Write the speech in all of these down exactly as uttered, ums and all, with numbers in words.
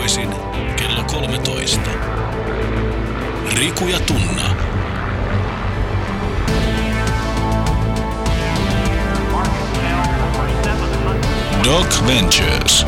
Arkisin kello kolmetoista. Riku ja Tunna. Doc Ventures.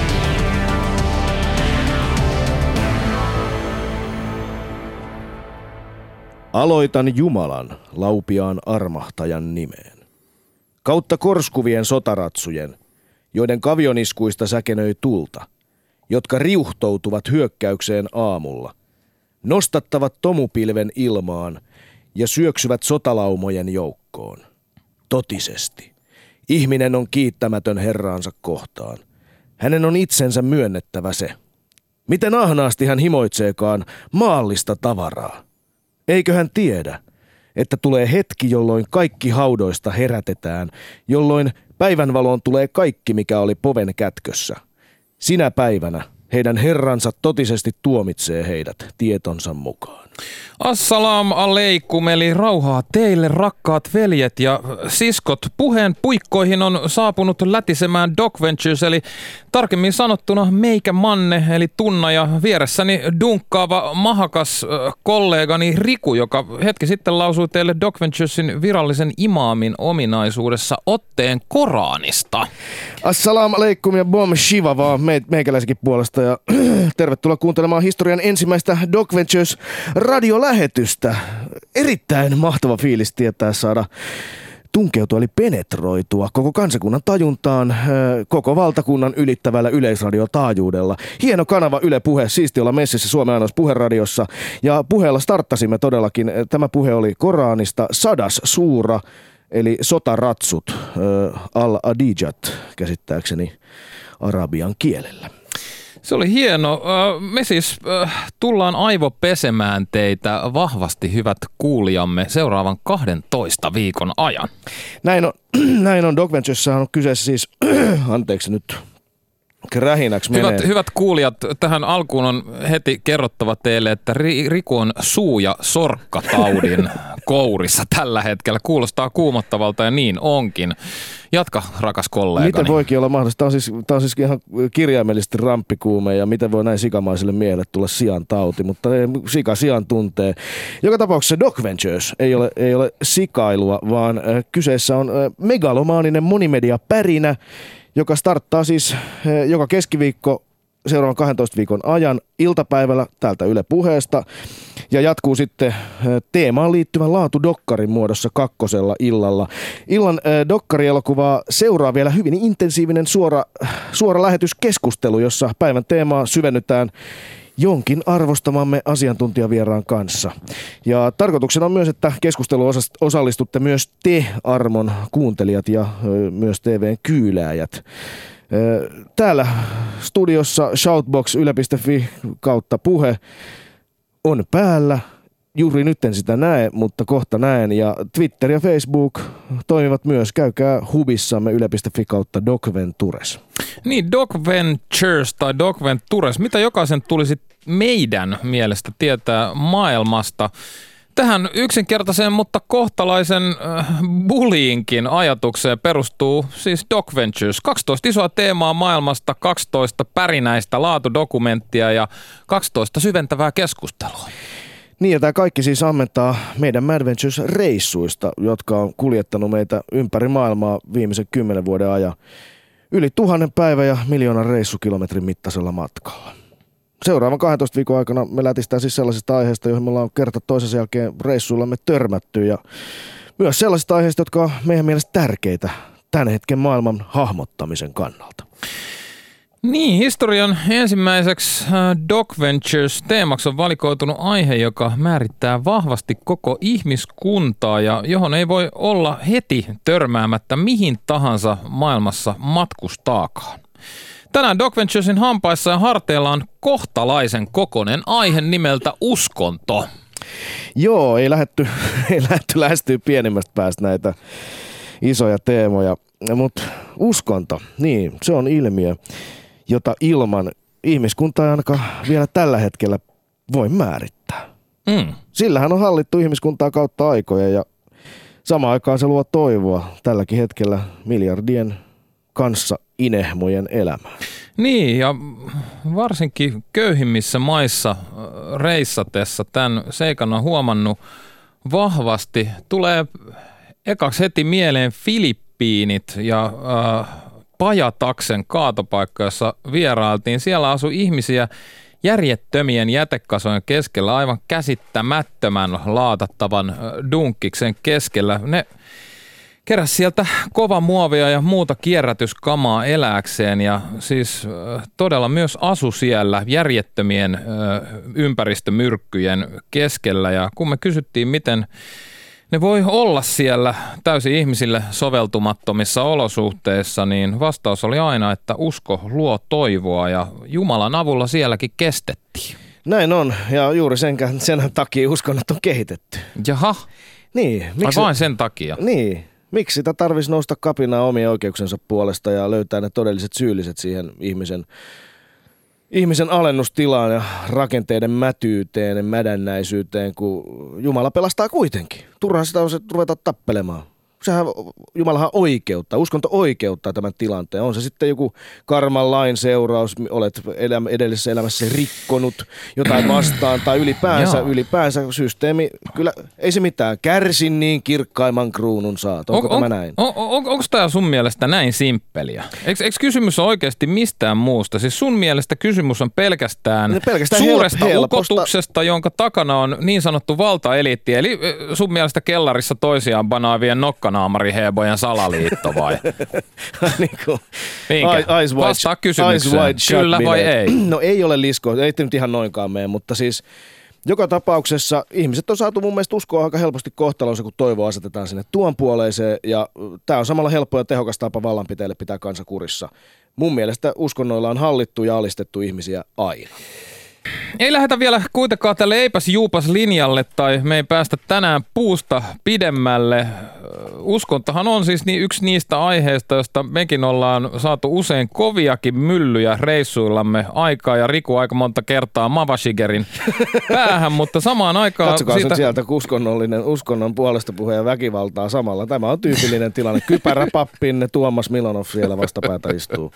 Aloitan Jumalan, laupiaan armahtajan nimeen. Kautta korskuvien sotaratsujen, joiden kavioniskuista säkenöi tulta, jotka riuhtoutuvat hyökkäykseen aamulla, nostattavat tomupilven ilmaan ja syöksyvät sotalaumojen joukkoon. Totisesti. Ihminen on kiittämätön Herraansa kohtaan. Hänen on itsensä myönnettävä se. Miten ahnaasti hän himoitseekaan maallista tavaraa. Eikö hän tiedä, että tulee hetki, jolloin kaikki haudoista herätetään, jolloin päivänvaloon tulee kaikki, mikä oli poven kätkössä. Sinä päivänä heidän Herransa totisesti tuomitsee heidät tietonsa mukaan. Assalam aleikum, eli rauhaa teille, rakkaat veljet ja siskot. Puheen puikkoihin on saapunut lätisemään Doc Ventures, eli tarkemmin sanottuna meikä Manne, eli Tunna, ja vieressäni dunkkaava mahakas äh, kollegani Riku, joka hetki sitten lausui teille Doc Venturesin virallisen imaamin ominaisuudessa otteen Koranista. Assalam aleikum ja bom shiva vaan me, meikäläisikin puolesta, ja tervetuloa kuuntelemaan historian ensimmäistä Doc Ventures radiolähetystä. Erittäin mahtava fiilis tietää saada tunkeutua eli penetroitua koko kansakunnan tajuntaan koko valtakunnan ylittävällä yleisradiotaajuudella. Hieno kanava Yle Puhe, siisti olla messissä Suomen ainoassa puheradiossa. Ja puheella starttasimme todellakin. Tämä puhe oli Koranista Sadas Suura, eli sotaratsut, al-Adijat käsittääkseni arabian kielellä. Se oli hieno. Me siis tullaan aivopesemään teitä vahvasti, hyvät kuulijamme, seuraavan kahdentoista viikon ajan. Näin on, näin on. Doc Venturessahan on kyseessä siis, anteeksi nyt, krähinäksi menee. Hyvät, hyvät kuulijat, tähän alkuun on heti kerrottava teille, että Riku on suu- ja sorkkataudin kourissa tällä hetkellä. Kuulostaa kuumottavalta ja niin onkin. Jatka, rakas kollegani. Miten voikin olla mahdollista? Tämä on siis, tämä on siis ihan kirjaimellisesti ramppikuume ja miten voi näin sikamaiselle miehelle tulla sian tauti, mutta sika sian tuntee. Joka tapauksessa Doc Ventures ei ole, ei ole sikailua, vaan kyseessä on megalomaaninen monimedia-pärinä, joka starttaa siis joka keskiviikko seuraavan kahdentoista viikon ajan iltapäivällä täältä Yle Puheesta ja jatkuu sitten teemaan liittyvän laatudokkarin muodossa kakkosella illalla. Illan dokkarielokuvaa seuraa vielä hyvin intensiivinen suora, suora lähetyskeskustelu, jossa päivän teemaa syvennytään jonkin arvostamamme asiantuntijavieraan kanssa. Ja tarkoituksena on myös, että keskusteluun osallistutte myös te, armon kuuntelijat, ja myös T V:n kyylääjät. Täällä studiossa shoutbox yle piste fi kautta puhe on päällä. Juuri nyt en sitä näe, mutta kohta näen. Ja Twitter ja Facebook toimivat myös. Käykää hubissamme yle piste fi kautta Doc Ventures. Niin, Doc Ventures tai Doc Ventures. Mitä jokaisen tulisi meidän mielestä tietää maailmasta? Tähän yksinkertaiseen, mutta kohtalaisen äh, bullyingin ajatukseen perustuu siis Doc Ventures. kaksitoista isoa teemaa maailmasta, kaksitoista pärinäistä laatudokumenttia ja kaksitoista syventävää keskustelua. Niin, ja tämä kaikki siis ammentaa meidän Mad Ventures-reissuista, jotka on kuljettanut meitä ympäri maailmaa viimeisen kymmenen vuoden ajan. Yli tuhannen päivä ja miljoonan reissukilometrin mittaisella matkalla. Seuraavan kahdentoista viikon aikana me lätistään siis sellaisista aiheista, joihin me ollaan kerta toisensa jälkeen reissuillamme törmätty. Ja myös sellaisista aiheista, jotka on meidän mielestä tärkeitä tämän hetken maailman hahmottamisen kannalta. Niin, historian ensimmäiseksi Doc Ventures teemaksi on valikoitunut aihe, joka määrittää vahvasti koko ihmiskuntaa ja johon ei voi olla heti törmäämättä mihin tahansa maailmassa matkustaakaan. Tänään Doc Venturesin hampaissa ja harteilla on kohtalaisen kokoinen aihe nimeltä uskonto. Joo, ei lähdetty, ei lähdetty lähestyä pienimmästä päästä näitä isoja teemoja, mutta uskonto, niin se on ilmiö, jota ilman ihmiskunta ei ainakaan vielä tällä hetkellä voi määrittää. Mm. Sillähän on hallittu ihmiskuntaa kautta aikoja ja samaan aikaan se luo toivoa tälläkin hetkellä miljardien kanssa inehmojen elämään. Niin, ja varsinkin köyhimmissä maissa reissatessa tämän seikan on huomannut vahvasti. Tulee ekaksi heti mieleen Filippiinit ja äh, Pajataksen kaatopaikka, jossa vierailtiin. Siellä asui ihmisiä järjettömien jätekasojen keskellä, aivan käsittämättömän laatattavan äh, dunkkiksen keskellä. Ne keräs sieltä kova muovia ja muuta kierrätyskamaa elääkseen ja siis äh, todella myös asu siellä järjettömien äh, ympäristömyrkkyjen keskellä. Ja kun me kysyttiin, miten ne voi olla siellä täysin ihmisille soveltumattomissa olosuhteissa, niin vastaus oli aina, että usko luo toivoa ja Jumalan avulla sielläkin kestettiin. Näin on, ja juuri sen, sen takia uskonnot on kehitetty. Jaha, niin, miksi? Ai vain sen takia? Niin, miksi sitä tarvitsisi nousta kapinaa omien oikeuksensa puolesta ja löytää ne todelliset syylliset siihen ihmisen, ihmisen alennustilaan ja rakenteiden mätyyteen ja mädännäisyyteen, kun Jumala pelastaa kuitenkin. Turhaan sitä on se ruveta tappelemaan. Sehän Jumalahan oikeuttaa, uskonto oikeuttaa tämän tilanteen. On se sitten joku karman lain seuraus, olet elämä, edellisessä elämässä rikkonut jotain vastaan tai ylipäänsä, ylipäänsä systeemi, kyllä ei se mitään, kärsin niin kirkkaimman kruunun saat. Onko on, tämä näin? On, on, on, onko tämä sun mielestä näin simppeliä? Eikö, eikö kysymys ole oikeasti mistään muusta? Siis sun mielestä kysymys on pelkästään, pelkästään suuresta helposta ukotuksesta, jonka takana on niin sanottu valtaeliitti, eli sun mielestä kellarissa toisiaan banaavien nokkana naamariheebojen salaliitto vai? niin kuin, Minkä? Eyes Vastaa kysymykseen. Kyllä vai ei? No ei ole lisko, ei nyt ihan noinkaan mene, mutta siis joka tapauksessa ihmiset on saatu mun mielestä uskoa aika helposti kohtalonsa, kun toivo asetetaan sinne tuon puoleiseen ja tämä on samalla helppo ja tehokas tapa vallanpitäjille pitää kansa kurissa. Mun mielestä uskonnoilla on hallittu ja alistettu ihmisiä aina. Ei lähdetä vielä kuitenkaan tälle eipäs juupas linjalle tai me ei päästä tänään puusta pidemmälle. Uskontohan on siis niin yksi niistä aiheista, joista mekin ollaan saatu usein koviakin myllyjä reissuillamme aikaa ja Riku aika monta kertaa Mavashigerin päähän, mutta samaan aikaan... Katsokaa siitä... sen sieltä uskonnollinen, uskonnon puolesta puhe ja väkivaltaa samalla. Tämä on tyypillinen tilanne. Kypärä pappinne, Tuomas Milonov siellä vastapäätä istuu.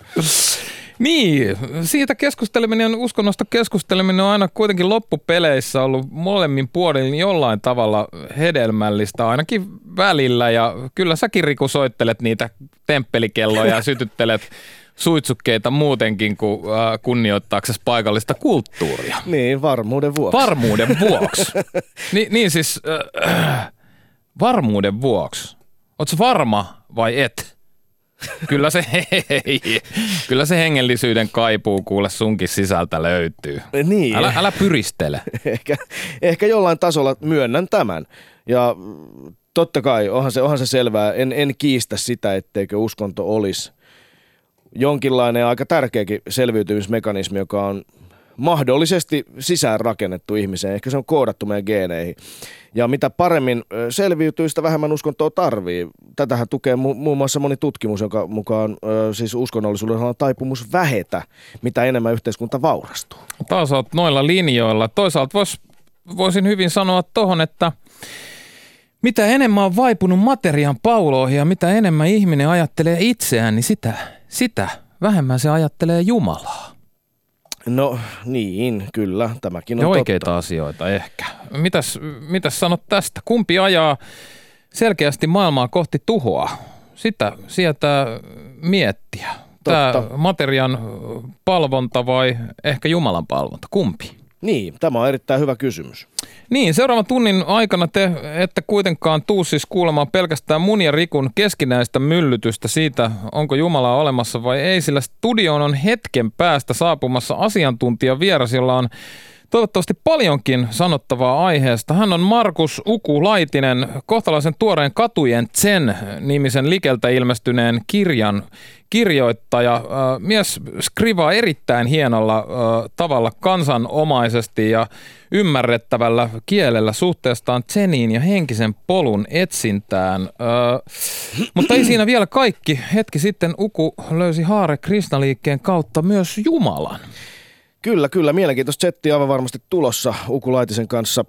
Niin, siitä keskusteleminen, uskonnosta keskusteleminen on aina kuitenkin loppupeleissä ollut molemmin puolin jollain tavalla hedelmällistä, ainakin välillä. Ja kyllä säkin, Riku, soittelet niitä temppelikelloja ja sytyttelet suitsukkeita muutenkin kuin äh, kunnioittaaksesi paikallista kulttuuria. Niin, varmuuden vuoksi. Varmuuden vuoksi. Ni, niin siis, äh, varmuuden vuoksi. Ootko varma vai et? Kyllä se, hei, kyllä se hengellisyyden kaipuu kuule sunkin sisältä löytyy. Niin. Älä, älä pyristele. Ehkä, ehkä jollain tasolla myönnän tämän. Ja totta kai, onhan se, onhan se selvää. En, en kiistä sitä, etteikö uskonto olisi jonkinlainen aika tärkeäkin selviytymismekanismi, joka on mahdollisesti sisään rakennettu ihmiseen. Ehkä se on koodattu meidän geeneihin. Ja mitä paremmin selviytyy, sitä vähemmän uskontoa tarvii. Tätähän tukee mu- muun muassa moni tutkimus, jonka mukaan ö, siis uskonnollisuudella on taipumus vähetä, mitä enemmän yhteiskunta vaurastuu. Taas olet noilla linjoilla. Toisaalta vois, voisin hyvin sanoa tohon, että mitä enemmän on vaipunut materian pauloihin ja mitä enemmän ihminen ajattelee itseään, niin sitä, sitä vähemmän se ajattelee Jumalaa. No niin, kyllä, tämäkin on ja oikeita totta. asioita ehkä. Mitäs, mitäs sanot tästä? Kumpi ajaa selkeästi maailmaa kohti tuhoa? Sitä sieltä miettiä. Tämä materian palvonta vai ehkä Jumalan palvonta? Kumpi? Niin, tämä on erittäin hyvä kysymys. Niin, seuraavan tunnin aikana te ette kuitenkaan tuu siis kuulemaan pelkästään mun ja Rikun keskinäistä myllytystä siitä, onko Jumalaa olemassa vai ei, sillä studioon on hetken päästä saapumassa asiantuntijavieras, jolla on toivottavasti paljonkin sanottavaa aiheesta. Hän on Markus Uku Laitinen, kohtalaisen tuoreen Katujen Zen-nimisen Likeltä ilmestyneen kirjan kirjoittaja. Mies skrivaa erittäin hienolla tavalla kansanomaisesti ja ymmärrettävällä kielellä suhteestaan Zeniin ja henkisen polun etsintään. Mutta ei siinä vielä kaikki. Hetki sitten Uku löysi Hare Krishna-liikkeen kautta myös Jumalan. Kyllä, kyllä. Mielenkiintoista settiä aivan varmasti tulossa Uku Laitisen kanssa.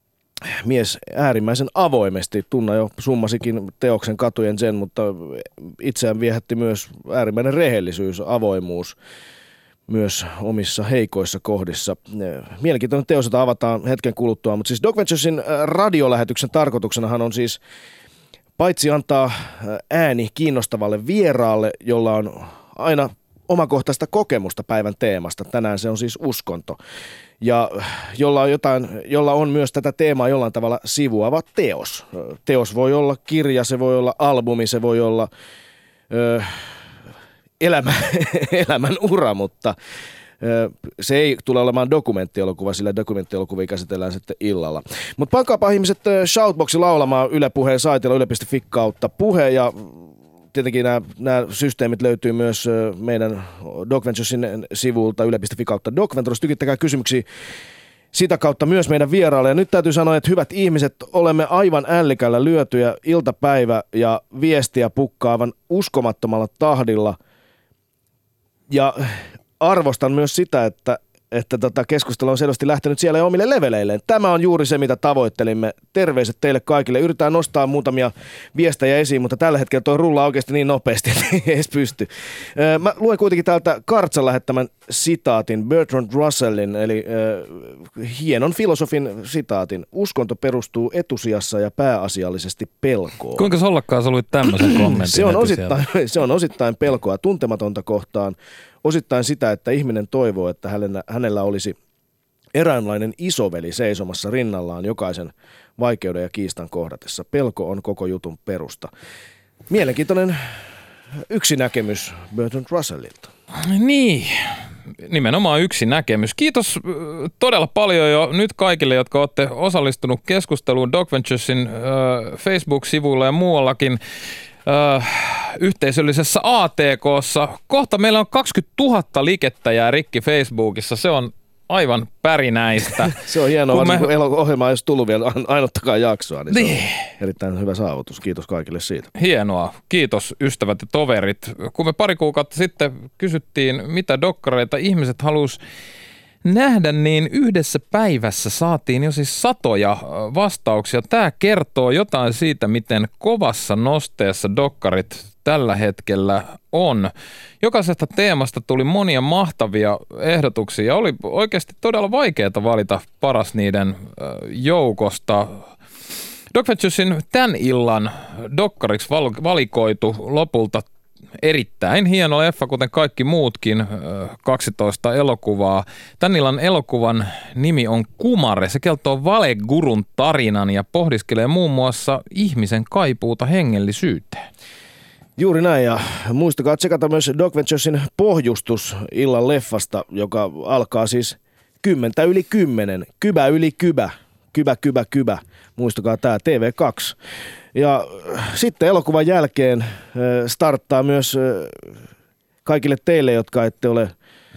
Mies äärimmäisen avoimesti. Tunna jo summasikin teoksen Katujen Zen, mutta itseään viehätti myös äärimmäinen rehellisyys, avoimuus. myös omissa heikoissa kohdissa. Mielenkiintoinen teos, jota avataan hetken kuluttua, mutta siis Doc Venturesin radiolähetyksen tarkoituksenahan on siis paitsi antaa ääni kiinnostavalle vieraalle, jolla on aina omakohtaista kokemusta päivän teemasta. Tänään se on siis uskonto. Ja jolla on, jotain, jolla on myös tätä teemaa jollain tavalla sivuava teos. Teos voi olla kirja, se voi olla albumi, se voi olla ö, elämä, elämän ura, mutta ö, se ei tule olemaan dokumenttielokuva, sillä dokumenttielokuvia käsitellään sitten illalla. Mutta pankaapa ihmiset Shoutboxi laulamaan Yle Puheen saitilla yle piste fi kautta puhe ja tietenkin nämä, nämä systeemit löytyy myös meidän Doc Venturesin sivulta yle piste fi kautta Doc Ventures. Tykittäkää kysymyksiä sitä kautta myös meidän vieraalle. Ja nyt täytyy sanoa, että hyvät ihmiset, olemme aivan ällikällä lyötyjä iltapäivä ja viestiä pukkaavan uskomattomalla tahdilla. Ja arvostan myös sitä, että että tota keskustelu on selvästi lähtenyt siellä jo omille leveleilleen. Tämä on juuri se, mitä tavoittelimme. Terveiset teille kaikille. Yritetään nostaa muutamia viestejä esiin, mutta tällä hetkellä tuo rullaa oikeasti niin nopeasti, että ei edes pysty. Mä luen kuitenkin täältä Kartsan lähettämän sitaatin, Bertrand Russellin, eli äh, hienon filosofin sitaatin. Uskonto perustuu etusijassa ja pääasiallisesti pelkoon. Kuinka sollakkaan sä luit tämmöisen kommentin? se, on osittain, se on osittain pelkoa tuntematonta kohtaan. Osittain sitä, että ihminen toivoo, että hänellä, hänellä olisi eräänlainen isoveli seisomassa rinnallaan jokaisen vaikeuden ja kiistan kohdatessa. Pelko on koko jutun perusta. Mielenkiintoinen yksi näkemys Bertrand Russellilta. Niin, nimenomaan yksi näkemys. Kiitos todella paljon jo nyt kaikille, jotka olette osallistunut keskusteluun Doc Venturesin äh, Facebook-sivuilla ja muuallakin. Öö, yhteisöllisessä A T K:ssa. Kohta meillä on kaksikymmentätuhatta likettäjää rikki Facebookissa. Se on aivan pärinäistä. Se on hienoa, me... kun ohjelma ei olisi tullut vielä ainuttakaan jaksoa, niin, niin. Se on erittäin hyvä saavutus. Kiitos kaikille siitä. Hienoa. Kiitos ystävät ja toverit. Kun me pari kuukautta sitten kysyttiin, mitä dokkareita ihmiset halusi nähdä, niin yhdessä päivässä saatiin jo siis satoja vastauksia. Tämä kertoo jotain siitä, miten kovassa nosteessa dokkarit tällä hetkellä on. Jokaisesta teemasta tuli monia mahtavia ehdotuksia ja oli oikeasti todella vaikeaa valita paras niiden joukosta. Doc Venturesin tämän illan dokkariksi valikoitu lopulta erittäin hieno leffa, kuten kaikki muutkin, kaksitoista elokuvaa. Tän illan elokuvan nimi on Kumare. Se kertoo valegurun tarinan ja pohdiskelee muun muassa ihmisen kaipuuta hengellisyyteen. Juuri näin, ja muistakaa tsekata myös Doc Venturesin pohjustus illan leffasta, joka alkaa siis kymmentä yli kymmenen, kybä yli kybä, kybä kybä kybä. Muistakaa tämä T V kaksi. Ja sitten elokuvan jälkeen starttaa myös kaikille teille, jotka ette ole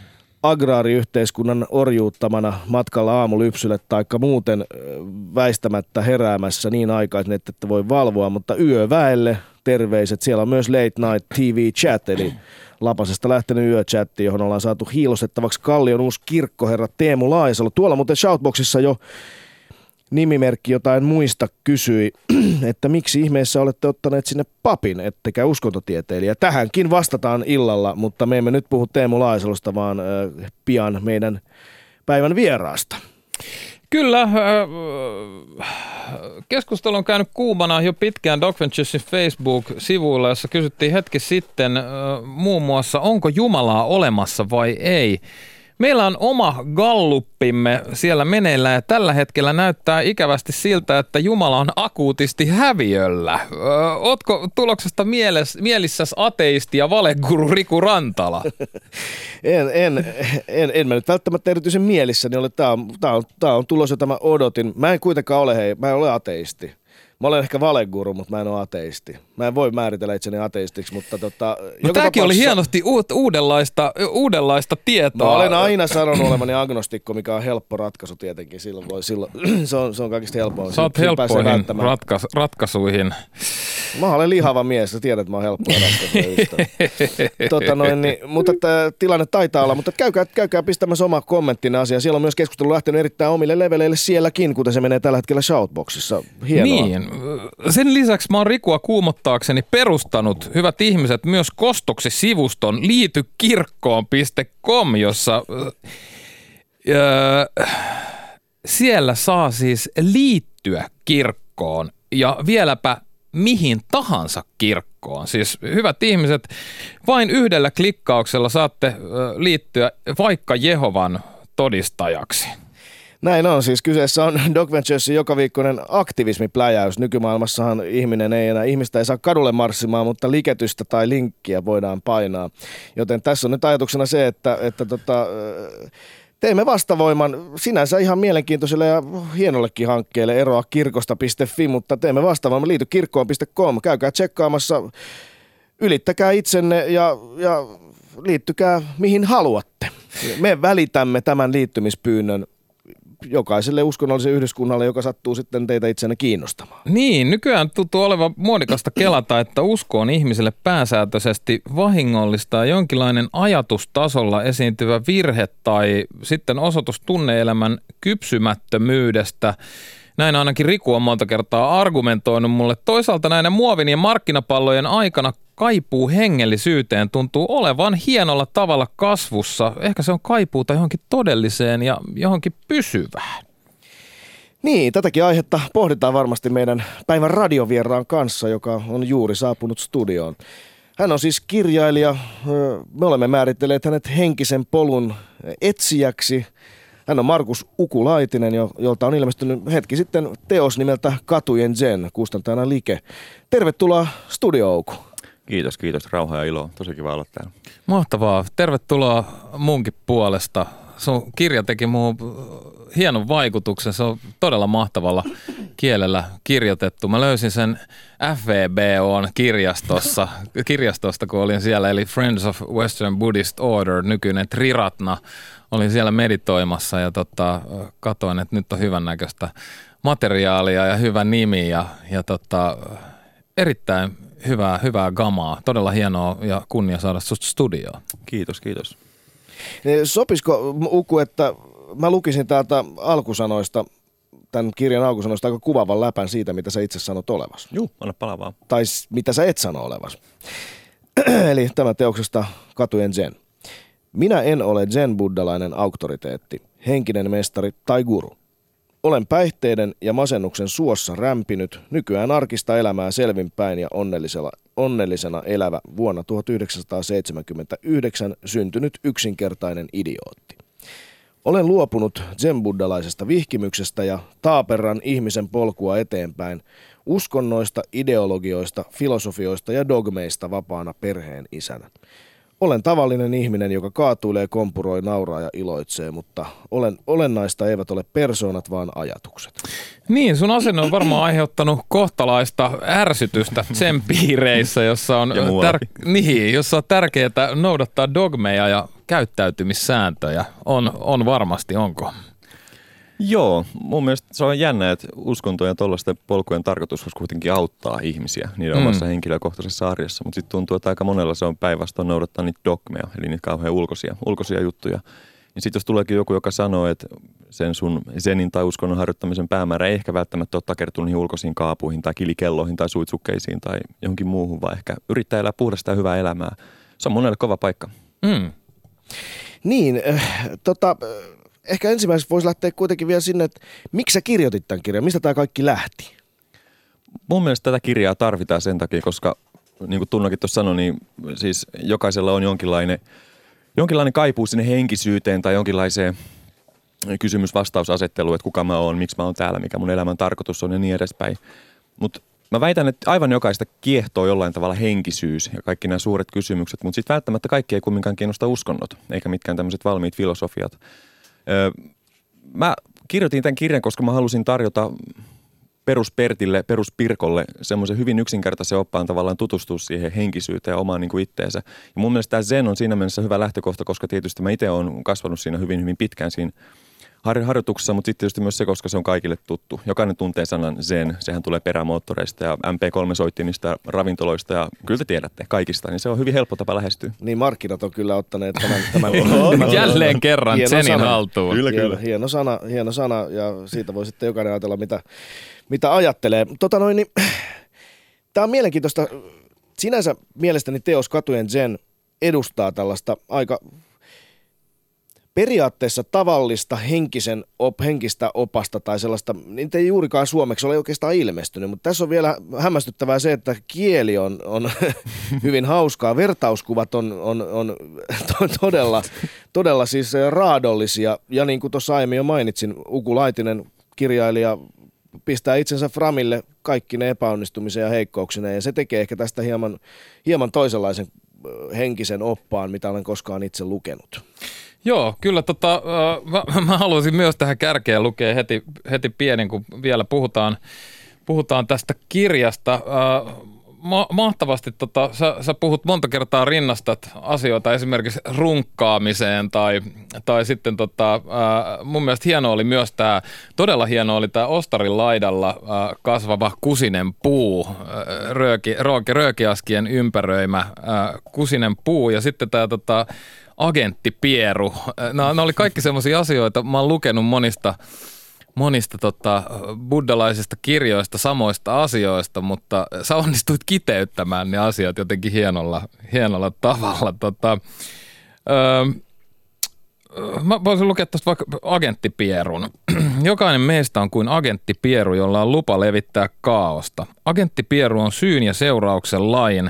agraariyhteiskunnan orjuuttamana matkalla aamulypsylle tai muuten väistämättä heräämässä niin aikaisin, että ette voi valvoa, mutta yöväelle terveiset. Siellä on myös Late Night T V Chat, eli Lapasesta lähtenyt yöchatti, johon ollaan saatu hiilostettavaksi Kallion uusi kirkkoherra Teemu Laisalo. Tuolla muuten Shoutboxissa jo nimimerkki jotain muista kysyi, että miksi ihmeessä olette ottaneet sinne papin, ettekä uskontotieteilijä. Tähänkin vastataan illalla, mutta me emme nyt puhu Teemu Laisalosta, vaan äh, pian meidän päivän vieraasta. Kyllä, äh, keskustelu on käynyt kuumana jo pitkään Doc Venturesin Facebook-sivuilla, jossa kysyttiin hetki sitten äh, muun muassa, onko Jumalaa olemassa vai ei. Meillä on oma galluppimme siellä meneillään ja tällä hetkellä näyttää ikävästi siltä, että Jumala on akuutisti häviöllä. Öö, ootko tuloksesta mieles, mielissäsi ateisti ja valeguru Riku Rantala? en, en, en, en mä nyt välttämättä erityisen mielissäni ole. Tää on, tää on, tää on tulos, jota mä odotin. Mä en kuitenkaan ole, hei, mä en ole ateisti. Mä olen ehkä valeguru, mutta mä en ole ateisti. Mä en voi määritellä itseni ateistiksi, mutta tota... No tämäkin oli hienosti u- uudenlaista, uudenlaista tietoa. Mä olen aina sanonut olevani agnostikko, mikä on helppo ratkaisu tietenkin. Silloin voi, silloin, se, on, se on kaikista helpoin. Sä oot helppoihin ratkas, ratkaisuihin. Mä olen lihava mies, sä tiedät, että mä oon helppo tota noin, niin, mutta tämä tilanne taitaa olla, mutta käykää, käykää pistämässä oma kommenttina asiaan. Siellä on myös keskustelu lähtenyt erittäin omille leveleille sielläkin, kuten se menee tällä hetkellä Shoutboxissa. Hienoa. Niin. Sen lisäksi mä oon Rikua kuumottaakseni perustanut, hyvät ihmiset, myös kostoksi sivuston liitykirkkoon piste com, jossa öö, siellä saa siis liittyä kirkkoon ja vieläpä mihin tahansa kirkkoon. Siis hyvät ihmiset, vain yhdellä klikkauksella saatte liittyä vaikka Jehovan todistajaksi. Näin on. Siis kyseessä on Dog Venturesin jokaviikkoinen aktivismipläjäys. Nykymaailmassahan ihminen ei enää, ihmistä ei saa kadulle marssimaan, mutta liketystä tai linkkiä voidaan painaa. Joten tässä on nyt ajatuksena se, että, että tota, teemme vastavoiman sinänsä ihan mielenkiintoiselle ja hienollekin hankkeelle eroa kirkosta piste fi, mutta teemme vastavoiman liity kirkkoon piste com. Käykää tsekkaamassa, ylittäkää itsenne ja, ja liittykää mihin haluatte. Me välitämme tämän liittymispyynnön jokaiselle uskonnollisen yhdyskunnalle, joka sattuu sitten teitä itseänne kiinnostamaan. Niin, nykyään tuntuu olevan muodikasta kelata, että usko on ihmiselle pääsääntöisesti vahingollista ja jonkinlainen ajatustasolla esiintyvä virhe tai sitten osoitus tunne-elämän kypsymättömyydestä. Näin ainakin Riku on monta kertaa argumentoinut mulle. Toisaalta näiden muovin ja markkinapallojen aikana kaipuu hengellisyyteen tuntuu olevan hienolla tavalla kasvussa. Ehkä se on kaipuuta johonkin todelliseen ja johonkin pysyvään. Niin, tätäkin aihetta pohditaan varmasti meidän päivän radiovieraan kanssa, joka on juuri saapunut studioon. Hän on siis kirjailija. Me olemme määritelleet hänet henkisen polun etsijäksi. Hän on Markus Ukulaitinen, jolta on ilmestynyt hetki sitten teos nimeltä Katujen Zen, kustantajana Like. Tervetuloa studio, Ouku. Kiitos, kiitos. Rauha ja ilo. Tosi kiva olla täällä. Mahtavaa. Tervetuloa munkin puolesta. Sun kirja teki muun hienon vaikutuksen. Se on todella mahtavalla kielellä kirjoitettu. Mä löysin sen F V B O:n kirjastossa, kirjastosta, kun olin siellä, eli Friends of Western Buddhist Order, nykyinen Triratna. Olin siellä meditoimassa ja tota, katoin, että nyt on hyvän näköistä materiaalia ja hyvä nimi ja, ja tota, erittäin hyvää, hyvää gamaa. Todella hienoa ja kunnia saada susta studioon. Kiitos, kiitos. Sopisiko, Uku, että mä lukisin täältä alkusanoista, tämän kirjan alkusanoista aika kuvaavan läpän siitä, mitä sä itse sanot olevas. Juu, anna palaa vaan. Tai mitä sä et sano olevas. Eli tämä teoksesta Katujen Zen. Minä en ole zen-buddalainen auktoriteetti, henkinen mestari tai guru. Olen päihteiden ja masennuksen suossa rämpinyt, nykyään arkista elämää selvinpäin ja onnellisena, onnellisena elävä vuonna tuhatyhdeksänsataaseitsemänkymmentäyhdeksän syntynyt yksinkertainen idiootti. Olen luopunut zen-buddalaisesta vihkimyksestä ja taaperran ihmisen polkua eteenpäin uskonnoista, ideologioista, filosofioista ja dogmeista vapaana perheen isänä. Olen tavallinen ihminen, joka kaatuilee, kompuroi, nauraa ja iloitsee, mutta olen, olennaista eivät ole persoonat, vaan ajatukset. Niin, sun asenne on varmaan aiheuttanut kohtalaista ärsytystä sen piireissä, jossa on, tär- niin, jossa on tärkeää noudattaa dogmeja ja käyttäytymissääntöjä. On, on varmasti, onko? Joo, mun mielestä se on jännä, että uskontojen ja tuollaisten polkujen tarkoitus olisi kuitenkin auttaa ihmisiä niiden mm. omassa henkilökohtaisessa arjessa, mutta sitten tuntuu, että aika monella se on päinvastoin noudattaa niitä dogmeja, eli niitä kauhean ulkoisia, ulkoisia juttuja. Ja sitten jos tuleekin joku, joka sanoo, että sen sun zenin tai uskonnon harjoittamisen päämäärä ei ehkä välttämättä ole takertunut niihin ulkoisiin kaapuihin tai kilikelloihin tai suitsukkeisiin tai johonkin muuhun, vaan ehkä yrittää elää puhdasta ja hyvää elämää. Se on monelle kova paikka. Mm. Niin, äh, tota... Ehkä ensimmäiseksi voisi lähteä kuitenkin vielä sinne, että miksi sä kirjoitit tämän kirjan? Mistä tämä kaikki lähti? Mun mielestä tätä kirjaa tarvitaan sen takia, koska niin kuin Tunnakin tuossa sanoi, niin siis jokaisella on jonkinlainen, jonkinlainen kaipuu sinne henkisyyteen tai jonkinlaiseen kysymys-vastausasetteluun, että kuka mä oon, miksi mä oon täällä, mikä mun elämän tarkoitus on ja niin edespäin. Mutta mä väitän, että aivan jokaista kiehtoo jollain tavalla henkisyys ja kaikki nämä suuret kysymykset, mutta sitten välttämättä kaikki ei kumminkaan kiinnosta uskonnot, eikä mitkään tämmöiset valmiit filosofiat. Öö, mä kirjoitin tämän kirjan, koska mä halusin tarjota peruspertille, peruspirkolle semmoisen hyvin yksinkertaisen oppaan tavallaan tutustua siihen henkisyyteen ja omaan niin kuin itteensä. Ja mun mielestä tämä zen on siinä mielessä hyvä lähtökohta, koska tietysti mä itse olen kasvanut siinä hyvin, hyvin pitkään siinä har- harjoituksessa, mutta sitten tietysti myös se, koska se on kaikille tuttu. Jokainen tuntee sanan zen, sehän tulee perämoottoreista ja M P kolme -soittimista, ravintoloista ja kyllä te tiedätte kaikista, niin se on hyvin helppo tapa lähestyä. Niin markkinat on kyllä ottaneet tämän, tämän, tämän jälleen kerran Zenin haltuun. Kyllä, kyllä. Hieno, hieno, sana, hieno sana ja siitä voi sitten jokainen ajatella, mitä, mitä ajattelee. Tota noin, niin, tämä on mielenkiintoista. Sinänsä mielestäni teos Katujen Zen edustaa tällaista aika periaatteessa tavallista henkisen op, henkistä opasta tai sellaista, niitä ei juurikaan suomeksi ole oikeastaan ilmestynyt, mutta tässä on vielä hämmästyttävää se, että kieli on, on hyvin hauskaa, vertauskuvat on, on, on todella, todella siis raadollisia ja niin kuin tuossa aiemmin jo mainitsin, Uku Laitinen, kirjailija, pistää itsensä framille kaikki ne epäonnistumisen ja heikkouksineen ja se tekee ehkä tästä hieman, hieman toisenlaisen henkisen oppaan, mitä olen koskaan itse lukenut. Joo, kyllä tota, äh, mä, mä haluaisin myös tähän kärkeen lukea heti, heti pienen, kun vielä puhutaan, puhutaan tästä kirjasta. Äh, ma- mahtavasti, tota, sä, sä puhut monta kertaa rinnastat asioita esimerkiksi runkkaamiseen tai, tai sitten tota, äh, mun mielestä hieno oli myös tämä, todella hieno oli tämä Ostarin laidalla äh, kasvava kusinen puu, äh, rööki, rööki, röökiaskien ympäröimä äh, kusinen puu ja sitten tämä tota, Agentti Pieru. Nämä, nämä oli kaikki semmoisia asioita, mä oon lukenut monista, monista tota, buddhalaisista kirjoista samoista asioista, mutta sä onnistuit kiteyttämään ne asiat jotenkin hienolla, hienolla tavalla. Tota, öö, mä voisin lukea tuosta vaikka Agentti Pierun. Jokainen meistä on kuin Agentti Pieru, jolla on lupa levittää kaaosta. Agentti Pieru on syyn ja seurauksen lain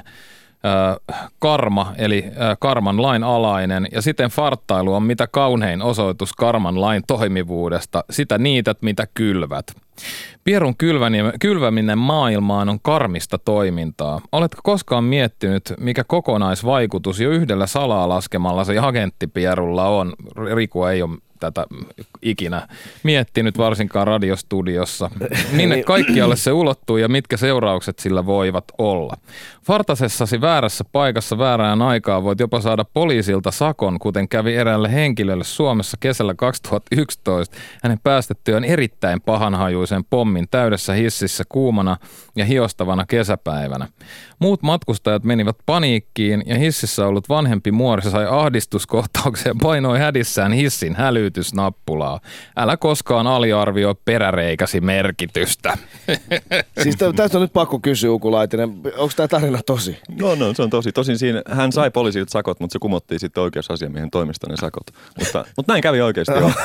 karma, eli karman lain alainen, ja siten farttailu on mitä kaunein osoitus karman lain toimivuudesta, sitä niität, mitä kylvät. Pierun kylväminen maailmaan on karmista toimintaa. Oletko koskaan miettinyt, mikä kokonaisvaikutus jo yhdellä salaa laskemallasi agenttipierulla on? Riku ei ole tätä ikinä miettinyt, varsinkaan radiostudiossa. Minne kaikkialle se ulottuu ja mitkä seuraukset sillä voivat olla? Fartasessasi väärässä paikassa väärään aikaan voit jopa saada poliisilta sakon, kuten kävi eräälle henkilölle Suomessa kesällä kaksituhattayksitoista. Hänen päästettyään erittäin pahanhajuisen pommin täydessä hississä kuumana ja hiostavana kesäpäivänä. Muut matkustajat menivät paniikkiin ja hississä ollut vanhempi muori sai ahdistuskohtauksen ja painoi hädissään hissin hälytysnappulaa. Älä koskaan aliarvioi peräreikäsi merkitystä. Siis tästä on nyt pakko kysyä, Uku Laitinen. Onko tämä tarina tosi? No, no, se on tosi. Tosin siinä hän sai poliisilta sakot, mutta se kumottiin sitten oikeusasiamiehen toimista ne sakot. Mutta, mutta näin kävi oikeasti jo.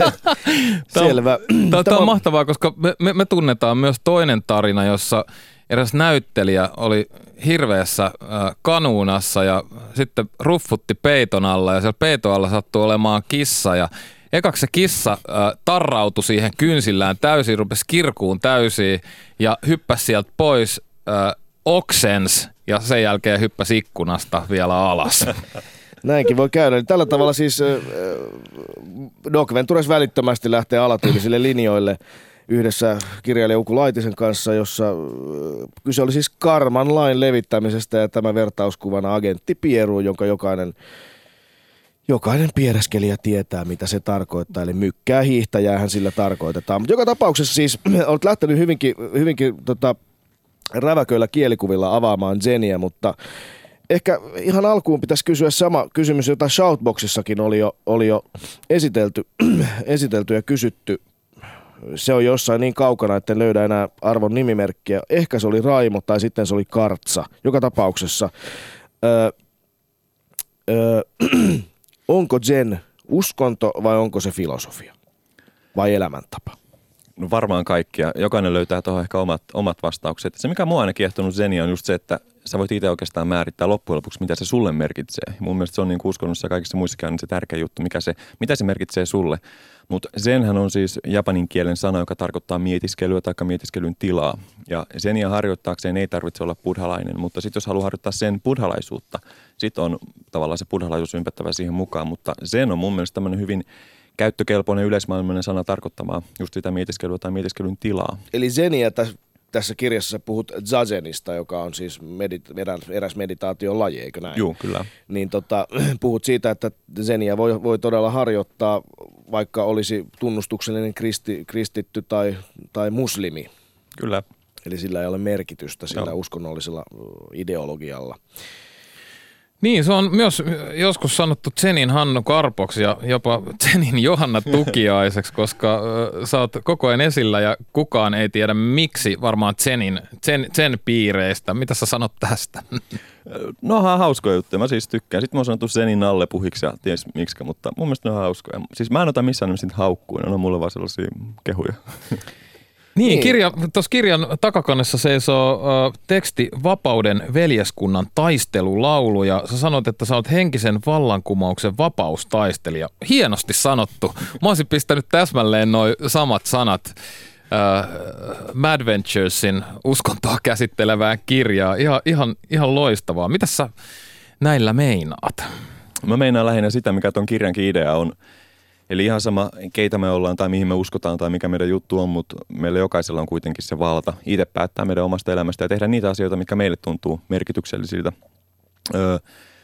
Selvä. Tämä on mahtavaa, koska me, me, me tunnetaan myös toinen tarina, jossa eräs näyttelijä oli hirveässä äh, kanuunassa ja sitten ruffutti peiton alla ja siellä peiton alla sattui olemaan kissa ja ekaksi se kissa äh, tarrautui siihen kynsillään täysin, rupesi kirkuun täysin ja hyppäsi sieltä pois, äh, oksens ja sen jälkeen hyppäsi ikkunasta vielä alas. Näinkin voi käydä. Eli tällä tavalla siis äh, Doc Ventures välittömästi lähtee alatyylisille linjoille yhdessä kirjailija Uku Laitisen kanssa, jossa kyse oli siis karman lain levittämisestä ja tämä vertauskuvana Agentti Pieru, jonka jokainen, jokainen piereskelijä tietää, mitä se tarkoittaa. Eli mykkää hiihtäjäähän sillä tarkoitetaan. Mutta joka tapauksessa siis olet lähtenyt hyvinkin, hyvinkin tota, räväköillä kielikuvilla avaamaan zeniä, mutta ehkä ihan alkuun pitäisi kysyä sama kysymys, jota Shoutboxissakin oli jo, oli jo esitelty, esitelty ja kysytty. Se on jossain niin kaukana, että en löydä enää arvon nimimerkkiä. Ehkä se oli Raimo tai sitten se oli Kartsa. Joka tapauksessa, öö, öö, onko zen uskonto vai onko se filosofia vai elämäntapa? No varmaan kaikkia. Jokainen löytää tuohon ehkä omat, omat vastaukset. Se, mikä mua aina kiehtonut zeniä, on just se, että sä voit itse oikeastaan määrittää loppujen lopuksi, mitä se sulle merkitsee. Mun mielestä se on niin kuin uskonnossa ja kaikissa muissakin on se tärkeä juttu, mikä se, mitä se merkitsee sulle. Mutta zenhän on siis japanin kielen sana, joka tarkoittaa mietiskelyä tai mietiskelyn tilaa. Ja zeniä harjoittaakseen ei tarvitse olla buddhalainen, mutta sitten jos haluaa harjoittaa sen buddhalaisuutta, sitten on tavallaan se buddhalaisuus ympättävä siihen mukaan. Mutta zen on mun mielestä tämmöinen hyvin käyttökelpoinen yleismaailmallinen sana tarkoittamaan just sitä mietiskelyä tai mietiskelyn tilaa. Eli zeniä tässä tässä kirjassa sä puhut zazenista, joka on siis medit- eräs, eräs meditaation laji, eikö näin? Joo, kyllä. Niin tota, puhut siitä, että zeniä voi, voi todella harjoittaa, vaikka olisi tunnustuksellinen kristi, kristitty tai, tai muslimi. Kyllä. Eli sillä ei ole merkitystä sillä Joo. uskonnollisella ideologialla. Niin, se on myös joskus sanottu Zenin Hannu Karpoksi ja jopa Zenin Johanna Tukiaiseksi, koska äh, sä oot koko ajan esillä ja kukaan ei tiedä miksi varmaan Zenin, Zen, Zen piireistä. Mitä sä sanot tästä? No onhan hauskoja juttuja, mä siis tykkään. Sitten mä oon sanottu Zenin alle puhiksi ja ties miksikä, mutta mun mielestä ne on hauskoja. Siis mä en ota missään nimessä niitä haukkuja, ne on mulle vaan sellaisia kehuja. Niin, kirja, tuossa kirjan takakannessa seisoo ö, teksti Vapauden veljeskunnan taistelulaulu ja sä sanot, että sä oot henkisen vallankumouksen vapaustaistelija. Hienosti sanottu. Mä olisin pistänyt täsmälleen noi samat sanat ö, Madventuresin uskontoa käsittelevään kirjaa. Ihan, ihan, ihan loistavaa. Mitäs sä näillä meinaat? Mä meinaan lähinnä sitä, mikä ton kirjankin idea on. Eli ihan sama, keitä me ollaan tai mihin me uskotaan tai mikä meidän juttu on, mutta meillä jokaisella on kuitenkin se valta itse päättää meidän omasta elämästä ja tehdä niitä asioita, mitkä meille tuntuu merkityksellisiltä. Öö,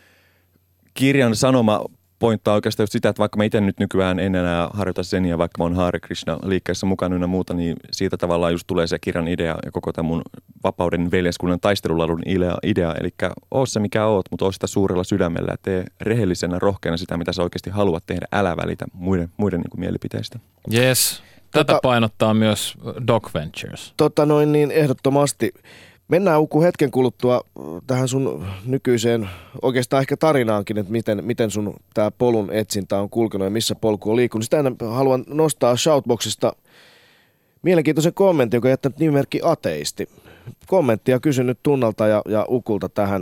kirjan sanoma pointtaa oikeastaan just sitä, että vaikka mä itse nyt nykyään en enää harjoita zeniä, vaikka mä oon Hare Krishna liikkeessä mukana ynnä muuta, niin siitä tavallaan just tulee se kirjan idea ja koko tämän mun Vapauden veljeskunnan taistelulaulun idea. Eli oo se mikä oot, mutta oo sitä suurella sydämellä ja tee rehellisenä rohkeana sitä, mitä sä oikeasti haluat tehdä. Älä välitä muiden, muiden niin kuin mielipiteistä. Yes. Tätä Tota, painottaa myös Doc Ventures. Tota noin niin ehdottomasti. Mennään Uku hetken kuluttua tähän sun nykyiseen oikeastaan ehkä tarinaankin, että miten, miten sun tää polun etsintä on kulkenut ja missä polku on liikkunut. Sitä ennen haluan nostaa Shoutboxista mielenkiintoisen kommentin, joka on jättänyt nimimerkki ateisti. Kommenttia kysynyt Tunnalta ja, ja Ukulta tähän.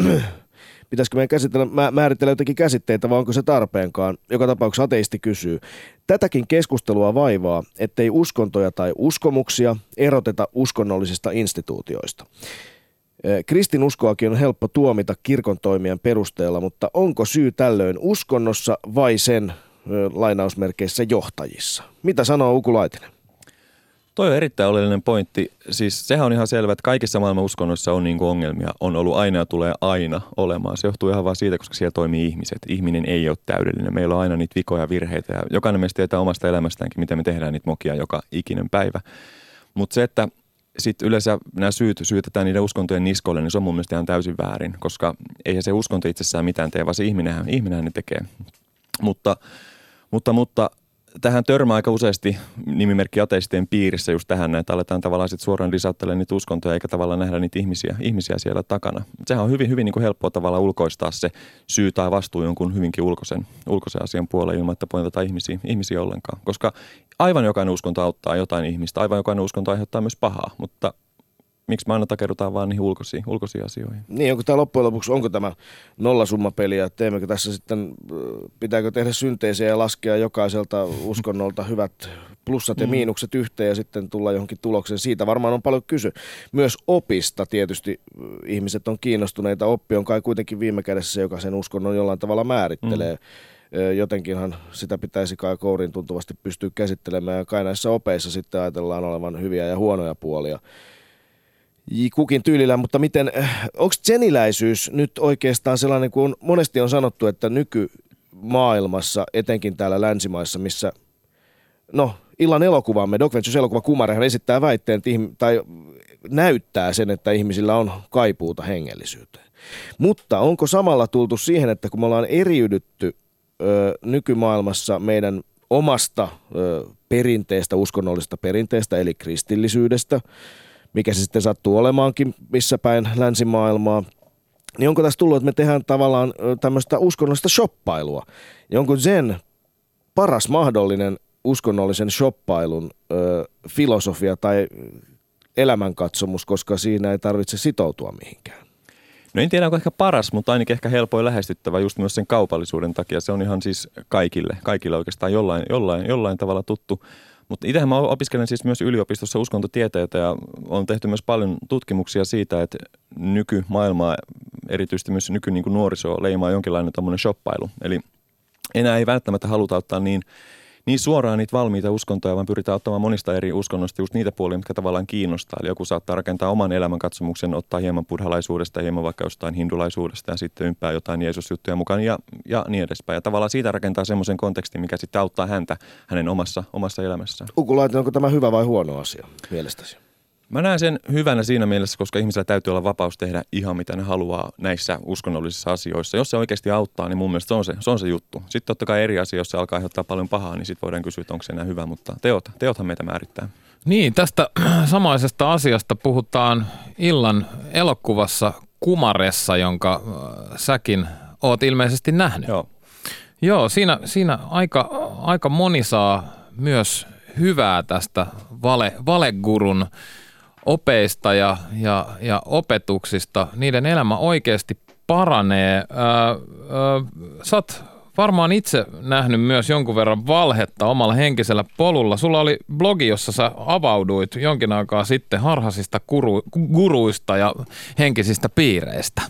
Pitäisikö meidän käsitellä, mä, määritellä jotenkin käsitteitä vai onko se tarpeenkaan? Joka tapauksessa ateisti kysyy. Tätäkin keskustelua vaivaa, ettei uskontoja tai uskomuksia eroteta uskonnollisista instituutioista. Kristinuskoakin on helppo tuomita kirkon toimien perusteella, mutta onko syy tällöin uskonnossa vai sen lainausmerkeissä johtajissa? Mitä sanoo Uku Laitinen? Toi on erittäin oleellinen pointti. Siis sehän on ihan selvä, että kaikissa maailman uskonnoissa on niinku ongelmia. On ollut aina ja tulee aina olemaan. Se johtuu ihan vaan siitä, koska siellä toimii ihmiset. Ihminen ei ole täydellinen. Meillä on aina niitä vikoja ja virheitä. Ja jokainen meistä tietää omasta elämästäänkin, miten me tehdään niitä mokia joka ikinen päivä. Mutta se, että sitten yleensä nämä syyt syytetään niiden uskontojen niskoille, niin se on mun mielestä ihan täysin väärin. Koska eihän se uskonto itsessään mitään tee, vaan se ihminenhän, ihminenhän ne tekee. Mutta, mutta, mutta tähän törmää aika useasti nimimerkki ateistien piirissä just tähän, että aletaan tavallaan sitten suoraan lisäyttelemaan niitä uskontoja eikä tavallaan nähdä niitä ihmisiä, ihmisiä siellä takana. Sehän on hyvin, hyvin niin kuin helppoa tavallaan ulkoistaa se syy tai vastuu jonkun hyvinkin ulkoisen, ulkoisen asian puolelle ilman, että pointataan ihmisiä, ihmisiä ollenkaan. Koska aivan jokainen uskonto auttaa jotain ihmistä, aivan jokainen uskonto aiheuttaa myös pahaa, mutta miksi me aina takerrutaan vaan niihin ulkoisiin, ulkoisiin asioihin? Niin, onko tämä loppujen lopuksi, onko tämä nollasummapeliä? Teemmekö tässä sitten, pitääkö tehdä synteesiä ja laskea jokaiselta uskonnolta hyvät plussat ja miinukset yhteen ja sitten tulla johonkin tulokseen? Siitä varmaan on paljon kysy. Myös opista tietysti ihmiset on kiinnostuneita. Oppi on kai kuitenkin viime kädessä se, joka sen uskonnon jollain tavalla määrittelee. Mm. Jotenkinhan sitä pitäisi kai kouriin tuntuvasti pystyä käsittelemään ja kai näissä opeissa sitten ajatellaan olevan hyviä ja huonoja puolia kukin tyylillä, mutta miten, onko zeniläisyys nyt oikeastaan sellainen, kun monesti on sanottu, että nykymaailmassa, etenkin täällä länsimaissa, missä, no illan elokuvamme, Doc Ventures elokuva Kumarehan esittää väitteen, tai näyttää sen, että ihmisillä on kaipuuta hengellisyyteen. Mutta onko samalla tultu siihen, että kun me ollaan eriydytty ö, nykymaailmassa meidän omasta ö, perinteestä, uskonnollisesta perinteestä, eli kristillisyydestä, mikä se sitten sattuu olemaankin missä päin länsimaailmaa, niin onko tässä tullut, että me tehdään tavallaan tämmöistä uskonnollista shoppailua? Ja onko Zen paras mahdollinen uskonnollisen shoppailun ö, filosofia tai elämänkatsomus, koska siinä ei tarvitse sitoutua mihinkään? No en tiedä, onko ehkä paras, mutta ainakin ehkä helpoin lähestyttävä just myös sen kaupallisuuden takia. Se on ihan siis kaikille, kaikille oikeastaan jollain, jollain, jollain tavalla tuttu. Mutta itsehän mä opiskelen siis myös yliopistossa uskontotieteitä ja on tehty myös paljon tutkimuksia siitä, että nykymaailmaa, erityisesti myös nyky niin kuin nuorisoa leimaa jonkinlainen tämmöinen shoppailu. Eli enää ei välttämättä haluta ottaa niin, niin suoraan niitä valmiita uskontoja, vaan pyritään ottamaan monista eri uskonnoista just niitä puolia, mitkä tavallaan kiinnostaa. Eli joku saattaa rakentaa oman elämänkatsomuksen, ottaa hieman buddhalaisuudesta, hieman vaikka jostain hindulaisuudesta ja sitten ympää jotain Jeesus-juttuja mukaan ja, ja niin edespäin. Ja tavallaan siitä rakentaa semmoisen kontekstin, mikä sitten auttaa häntä hänen omassa, omassa elämässään. Ukulainen, onko tämä hyvä vai huono asia mielestäsi? Mä näen sen hyvänä siinä mielessä, koska ihmisillä täytyy olla vapaus tehdä ihan mitä ne haluaa näissä uskonnollisissa asioissa. Jos se oikeasti auttaa, niin mun mielestä se on se, se, on se juttu. Sitten totta kai eri asia, jos se alkaa aiheuttaa paljon pahaa, niin sitten voidaan kysyä, että onko se enää hyvä, mutta teot, teothan meitä määrittää. Niin, tästä samaisesta asiasta puhutaan illan elokuvassa Kumaressa, jonka säkin oot ilmeisesti nähnyt. Joo. Joo, siinä, siinä aika, aika moni saa myös hyvää tästä vale, valegurun opeista ja, ja, ja opetuksista. Niiden elämä oikeasti paranee. Öö, öö, sä oot varmaan itse nähnyt myös jonkun verran valhetta omalla henkisellä polulla. Sulla oli blogi, jossa sä avauduit jonkin aikaa sitten harhaisista guru, guruista ja henkisistä piireistä.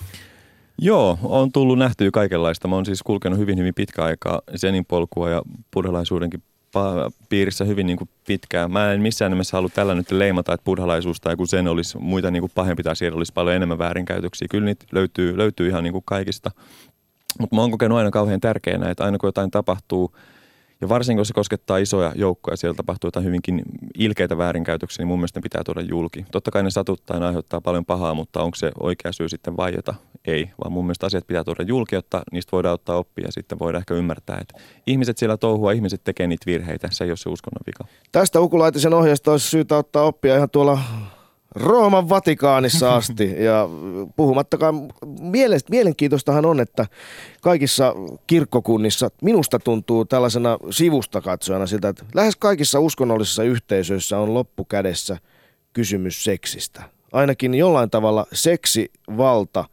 Joo, on tullut nähtyä kaikenlaista. Mä oon siis kulkenut hyvin, hyvin pitkä aikaa Zenin polkua ja buddhalaisuudenkin piirissä hyvin niin kuin pitkään. Mä en missään nimessä halua tällä nyt leimata, että buddhalaisuus tai kun sen olisi muita niin kuin pahempi tai siellä olisi paljon enemmän väärinkäytöksiä. Kyllä niitä löytyy, löytyy ihan niin kuin kaikista. Mutta mä oon kokenut aina kauhean tärkeänä, että aina kun jotain tapahtuu, ja varsinkin kun se koskettaa isoja joukkoja, siellä tapahtuu jotain hyvinkin ilkeitä väärinkäytöksiä, niin mun mielestä ne pitää tuoda julki. Totta kai ne satuttaa ja aiheuttaa paljon pahaa, mutta onko se oikea syy sitten vaieta? Ei, vaan mun mielestä asiat pitää tuoda julki, jotta niistä voidaan ottaa oppia ja sitten voidaan ehkä ymmärtää, että ihmiset siellä touhua, ihmiset tekee niitä virheitä, se ei ole se uskonnon vika. Tästä Ukulaitisen ohjeesta olisi syytä ottaa oppia ihan tuolla Rooman Vatikaanissa asti ja puhumattakaan mielenkiintoistahan on, että kaikissa kirkkokunnissa minusta tuntuu tällaisena sivusta katsojana siltä, että lähes kaikissa uskonnollisissa yhteisöissä on loppukädessä kysymys seksistä. Ainakin jollain tavalla seksi, valta,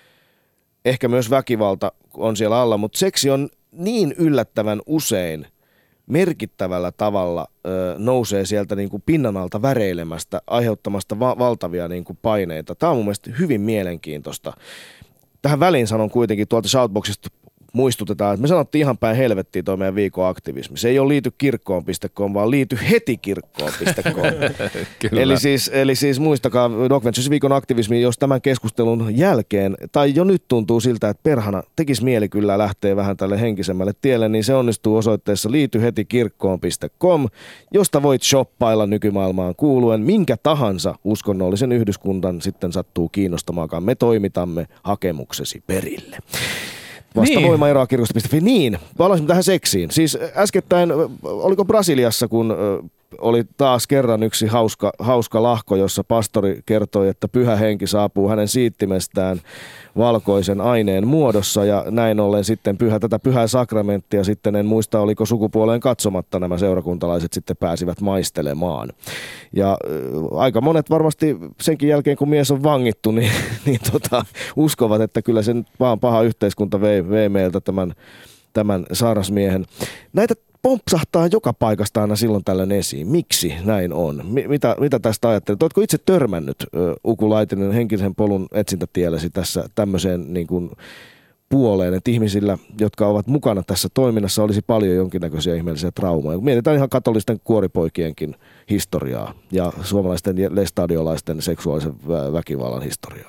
ehkä myös väkivalta on siellä alla, mutta seksi on niin yllättävän usein merkittävällä tavalla ö, nousee sieltä niin kuin pinnan alta väreilemästä, aiheuttamasta va- valtavia niin kuin paineita. Tämä on mun mielestä hyvin mielenkiintoista. Tähän väliin sanon kuitenkin tuolta Shoutboxista muistutetaan, että me sanottiin ihan päin helvettiin tuo meidän viikon aktivismi. Se ei ole liity kirkkoon piste com, vaan liity heti kirkkoon piste com. eli, siis, eli siis muistakaa Doc Ventures viikon aktivismi, jos tämän keskustelun jälkeen, tai jo nyt tuntuu siltä, että perhana tekisi mieli kyllä lähteä vähän tälle henkisemmälle tielle, niin se onnistuu osoitteessa liity heti kirkkoon piste com, josta voit shoppailla nykymaailmaan kuuluen minkä tahansa uskonnollisen yhdyskuntan sitten sattuu kiinnostamaankaan. Me toimitamme hakemuksesi perille. Vastavoima eroakirkosta piste fi. Niin, palaisimme tähän seksiin. Siis äskettäin, oliko Brasiliassa, kun oli taas kerran yksi hauska, hauska lahko, jossa pastori kertoi, että pyhä henki saapuu hänen siittimestään valkoisen aineen muodossa ja näin ollen sitten pyhä, tätä pyhää sakramenttia sitten en muista, oliko sukupuoleen katsomatta nämä seurakuntalaiset sitten pääsivät maistelemaan. Ja äh, aika monet varmasti senkin jälkeen, kun mies on vangittu, niin, niin tota, uskovat, että kyllä sen vaan paha yhteiskunta vei, vei meiltä tämän, tämän sairasmiehen. Näitä pompsahtaa joka paikasta aina silloin tällöin esiin. Miksi näin on? M- mitä, mitä tästä ajattelet? Oletko itse törmännyt, ö, Ukulaitinen, henkisen polun etsintätielesi tässä tämmöiseen niin kuin puoleen, että ihmisillä, jotka ovat mukana tässä toiminnassa, olisi paljon jonkinnäköisiä ihmeellisiä traumoja. Mietitään ihan katolisten kuoripoikienkin historiaa ja suomalaisten lestadiolaisten seksuaalisen väkivallan historiaa.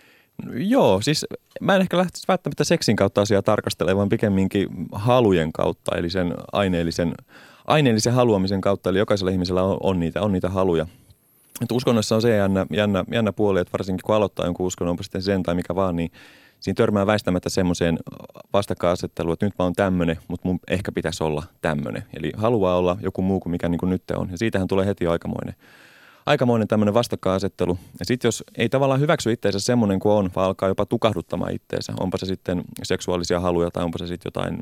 Joo, siis mä en ehkä lähtisi välttämättä seksin kautta asiaa tarkastelemaan, vaan pikemminkin halujen kautta, eli sen aineellisen, aineellisen haluamisen kautta, eli jokaisella ihmisellä on, on, niitä, on niitä haluja. Et uskonnossa on se jännä, jännä, jännä puoli, että varsinkin kun aloittaa jonkun uskonnon, onpa sitten sen tai mikä vaan, niin siinä törmää väistämättä semmoiseen vastakkainasetteluun, että nyt mä oon tämmönen, mutta mun ehkä pitäisi olla tämmönen. Eli haluaa olla joku muu kuin mikä niin kuin nyt on, ja siitähän tulee heti aikamoinen. Aikamoinen tämmöinen vastakkainasettelu. Ja sitten jos ei tavallaan hyväksy itseensä semmoinen kuin on, vaan alkaa jopa tukahduttamaan itseensä. Onpa se sitten seksuaalisia haluja tai onpa se sitten jotain